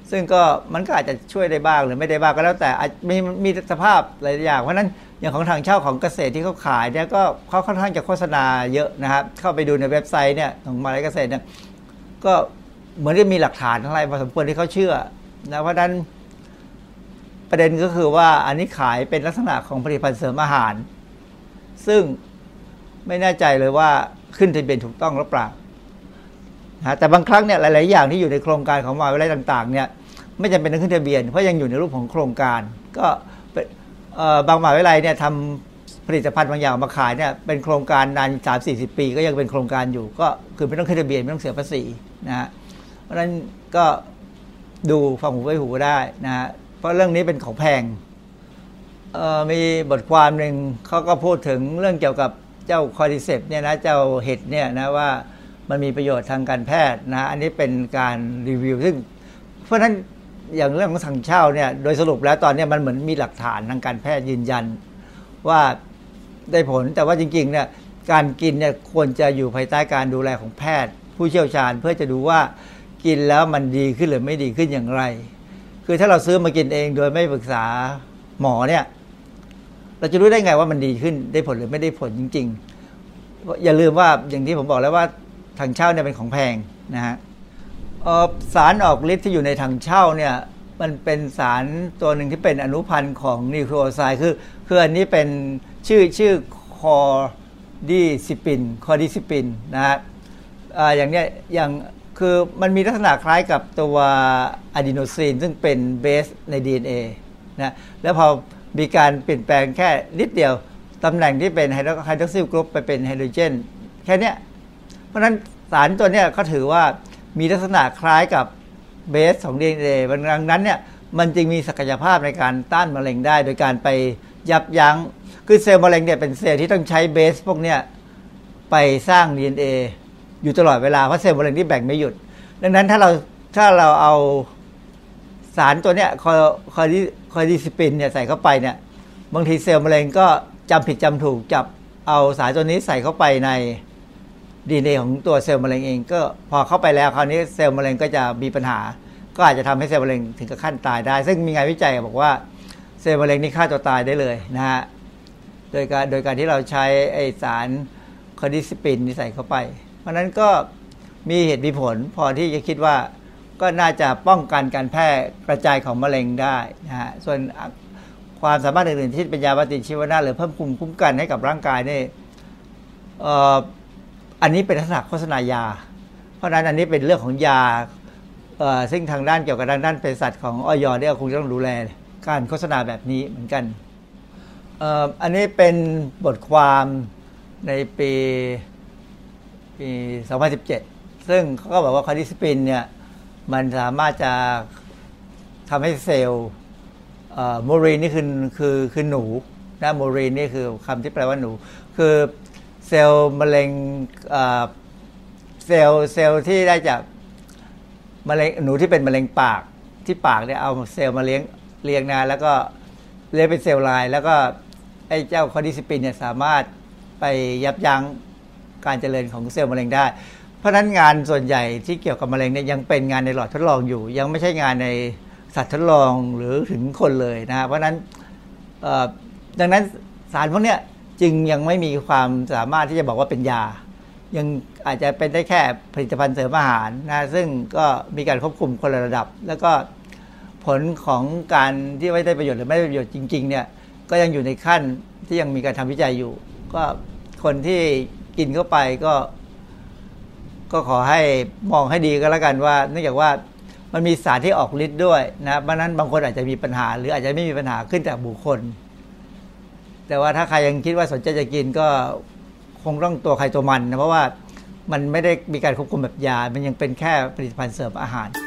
ซึ่งก็มันก็อาจจะช่วยได้บ้างหรือไม่ได้บ้างก็แล้วแต่มีมีสภาพหลายอย่างเพราะนั้นอย่างของทางเช่าของเกษตรที่เขาขายเนี่ยก็เขาค่อนข้างจะโฆษณาเยอะนะครับเข้าไปดูในเว็บไซต์เนี่ยของมหาวิทยาลัยเกษตรเนี่ยก็เหมือนจะมีหลักฐานอะไรพอสมควรที่เขาเชื่อนะเพราะนั้นประเด็นก็คือว่าอันนี้ขายเป็นลักษณะของผลิตภัณฑ์เสริมอาหารซึ่งไม่แน่ใจเลยว่าขึ้นทะเบียนถูกต้องหรือเปล่านะแต่บางครั้งเนี่ยหลายๆอย่างที่อยู่ในโครงการของมหาวิทยาลัยต่างๆเนี่ยไม่จำเป็นต้องขึ้นทะเบียนเพราะยังอยู่ในรูปของโครงการก็บางมหาวิทยาลัยเนี่ยทำผลิตภัณฑ์บางอย่างมาขายเนี่ยเป็นโครงการนาน สามสี่สิบ ปีก็ยังเป็นโครงการอยู่ก็คือไม่ต้องขึ้นทะเบียนไม่ต้องเสียภาษีนะฮะเพราะฉะนั้นก็ดูฟังหูไว้หูได้นะฮะเพราะเรื่องนี้เป็นของแพงมีบทความหนึ่งเขาก็พูดถึงเรื่องเกี่ยวกับเจ้าคอร์ดิเซปเนี่ยนะเจ้าเห็ดเนี่ยนะว่ามันมีประโยชน์ทางการแพทย์นะอันนี้เป็นการรีวิวซึ่งเพราะฉะนั้นอย่างเรื่องของถังเช่าเนี่ยโดยสรุปแล้วตอนนี้มันเหมือนมีหลักฐานทางการแพทย์ยืนยันว่าได้ผลแต่ว่าจริงๆเนี่ยการกินเนี่ยควรจะอยู่ภายใต้การดูแลของแพทย์ผู้เชี่ยวชาญเพื่อจะดูว่ากินแล้วมันดีขึ้นหรือไม่ดีขึ้นอย่างไรคือถ้าเราซื้อมากินเองโดยไม่ปรึกษาหมอเนี่ยเราจะรู้ได้ไงว่ามันดีขึ้นได้ผลหรือไม่ได้ผลจริงๆอย่าลืมว่าอย่างที่ผมบอกแล้วว่าถังเช่าเนี่ยเป็นของแพงนะฮะสารออกฤทธิ์ที่อยู่ในถังเช่าเนี่ยมันเป็นสารตัวหนึ่งที่เป็นอนุพันธ์ของนิวคลีโอไซด์คือคืออันนี้เป็นชื่อชื่อคอดิซิปินคอดิซิปินนะฮะอย่างเนี้ยอย่างคือมันมีลักษณะคล้ายกับตัวอะดีโนซีนซึ่งเป็นเบสใน ดี เอ็น เอ นะแล้วพอมีการเปลี่ยนแปลงแค่นิดเดียวตำแหน่งที่เป็นไฮดรอกซิลกรุ๊ปไปเป็นไฮโดรเจนแค่นี้เพราะฉะนั้นสารตัวนี้เขาถือว่ามีลักษณะคล้ายกับเบสของ ดี เอ็น เอ ดังนั้นเนี่ยมันจึงมีศักยภาพในการต้านมะเร็งได้โดยการไปยับยั้งคือเซลล์มะเร็งเนี่ยเป็นเซลล์ที่ต้องใช้เบสพวกเนี้ยไปสร้าง ดี เอ็น เอ อยู่ตลอดเวลาเพราะเซลล์มะเร็งที่แบ่งไม่หยุดดังนั้นถ้าเราถ้าเราเอาสารตัวเนี้ยคอคอดิคอดิซิปินเนี่ยใส่เข้าไปเนี่ยบางทีเซลล์มะเร็งก็จำผิดจำถูกจับเอาสารตัวนี้ใส่เข้าไปใน ดี เอ็น เอ ของตัวเซลล์มะเร็งเองก็พอเข้าไปแล้วคราวนี้เซลล์มะเร็งก็จะมีปัญหาก็อาจจะทำให้เซลล์มะเร็งถึงกับขั้นตายได้ซึ่งมีงานวิจัยบอกว่าเซลล์มะเร็งนี่ฆ่าตัวตายได้เลยนะฮะโดยการโดยการที่เราใช้ไอสารคอดิซิปินนี่ใส่เข้าไปเพราะนั้นก็มีเหตุมีผลพอที่จะคิดว่าก็น่าจะป้องกันการแพร่กระจายของมะเร็งได้นะฮะส่วนความสามารถอื่นๆที่เป็นยาปฏิชีวนะหรือเพิ่มภูมิคุ้มกันให้กับร่างกายนี่เอ่ออันนี้เป็นลักษณะโฆษณายาเพราะฉะนั้นอันนี้เป็นเรื่องของยาเอ่อซึ่งทางด้านเกี่ยวกับทางด้านเภสัชของอย.เนี่ยคงจะต้องดูแลการโฆษณาแบบนี้เหมือนกันเอ่ออันนี้เป็นบทความในปีปีสองพันสิบเจ็ดซึ่งเขาก็บอกว่าคอดิซิปินเนี่ยมันสามารถจะทำให้เซลล์โมรีนนี่คือคือคือหนูนะโมรีนนี่คือคำที่แปลว่าหนูคือเซลล์มะเร็งเซลล์เซลล์ที่ได้จากมะเร็งหนูที่เป็นมะเร็งปากที่ปากเนี่ยเอาเซลล์มาเลี้ยงเลี้ยงนะแล้วก็เลี้ยงเป็นเซลล์ลายแล้วก็ไอ้เจ้าคอดิซิปินเนี่ยสามารถไปยับยั้งการเจริญของเซลล์มะเร็งได้เพราะฉะนั้นงานส่วนใหญ่ที่เกี่ยวกับมะเร็งเนี่ยยังเป็นงานในหลอดทดลองอยู่ยังไม่ใช่งานในสัตว์ทดลองหรือถึงคนเลยนะเพราะฉะนั้นดังนั้นสารพวกนี้จึงยังไม่มีความสามารถที่จะบอกว่าเป็นยายังอาจจะเป็นได้แค่ผลิตภัณฑ์เสริมอาหารนะซึ่งก็มีการควบคุมคนละระดับแล้วก็ผลของการที่ไม่ได้ประโยชน์หรือไม่ได้ประโยชน์จริงๆเนี่ยก็ยังอยู่ในขั้นที่ยังมีการทำวิจัยอยู่ก็คนที่กินเข้าไปก็ก็ขอให้มองให้ดีก็แล้วกันว่าเนื่องจากว่ามันมีสารที่ออกฤทธิ์ด้วยนะเพราะนั้นบางคนอาจจะมีปัญหาหรืออาจจะไม่มีปัญหาขึ้นจากบุคคลแต่ว่าถ้าใครยังคิดว่าสนใจจะกินก็คงต้องตัวใครตัวมันนะเพราะว่ามันไม่ได้มีการควบคุมแบบยามันยังเป็นแค่ผลิตภัณฑ์เสริมอาหาร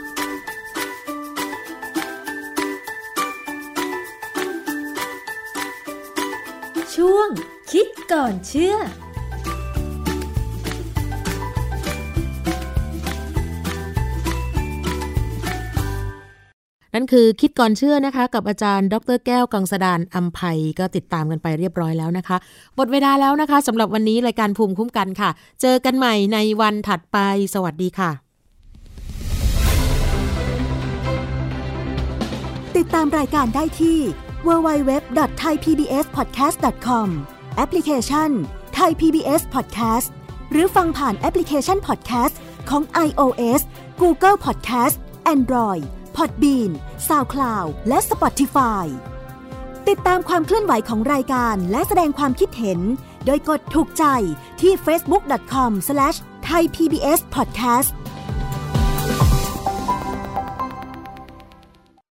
ช่วงคิดก่อนเชื่อนั่นคือคิดก่อนเชื่อนะคะกับอาจารย์ดรแก้วกังสดาลอำไพก็ติดตามกันไปเรียบร้อยแล้วนะคะหมดเวลาแล้วนะคะสำหรับวันนี้รายการภูมิคุ้มกันค่ะเจอกันใหม่ในวันถัดไปสวัสดีค่ะติดตามรายการได้ที่ ดับเบิลยู ดับเบิลยู ดับเบิลยู ดอท ไทย พี บี เอส พอดแคสต์ ดอท คอม แอปพลิเคชัน Thai พี บี เอส Podcast หรือฟังผ่านแอปพลิเคชัน Podcast ของ iOS Google Podcast Android Podbean SoundCloud และ Spotify ติดตามความเคลื่อนไหวของรายการและแสดงความคิดเห็นโดยกดถูกใจที่ เฟซบุ๊ก ดอท คอม สแลช ไทย พี บี เอส พอดแคสต์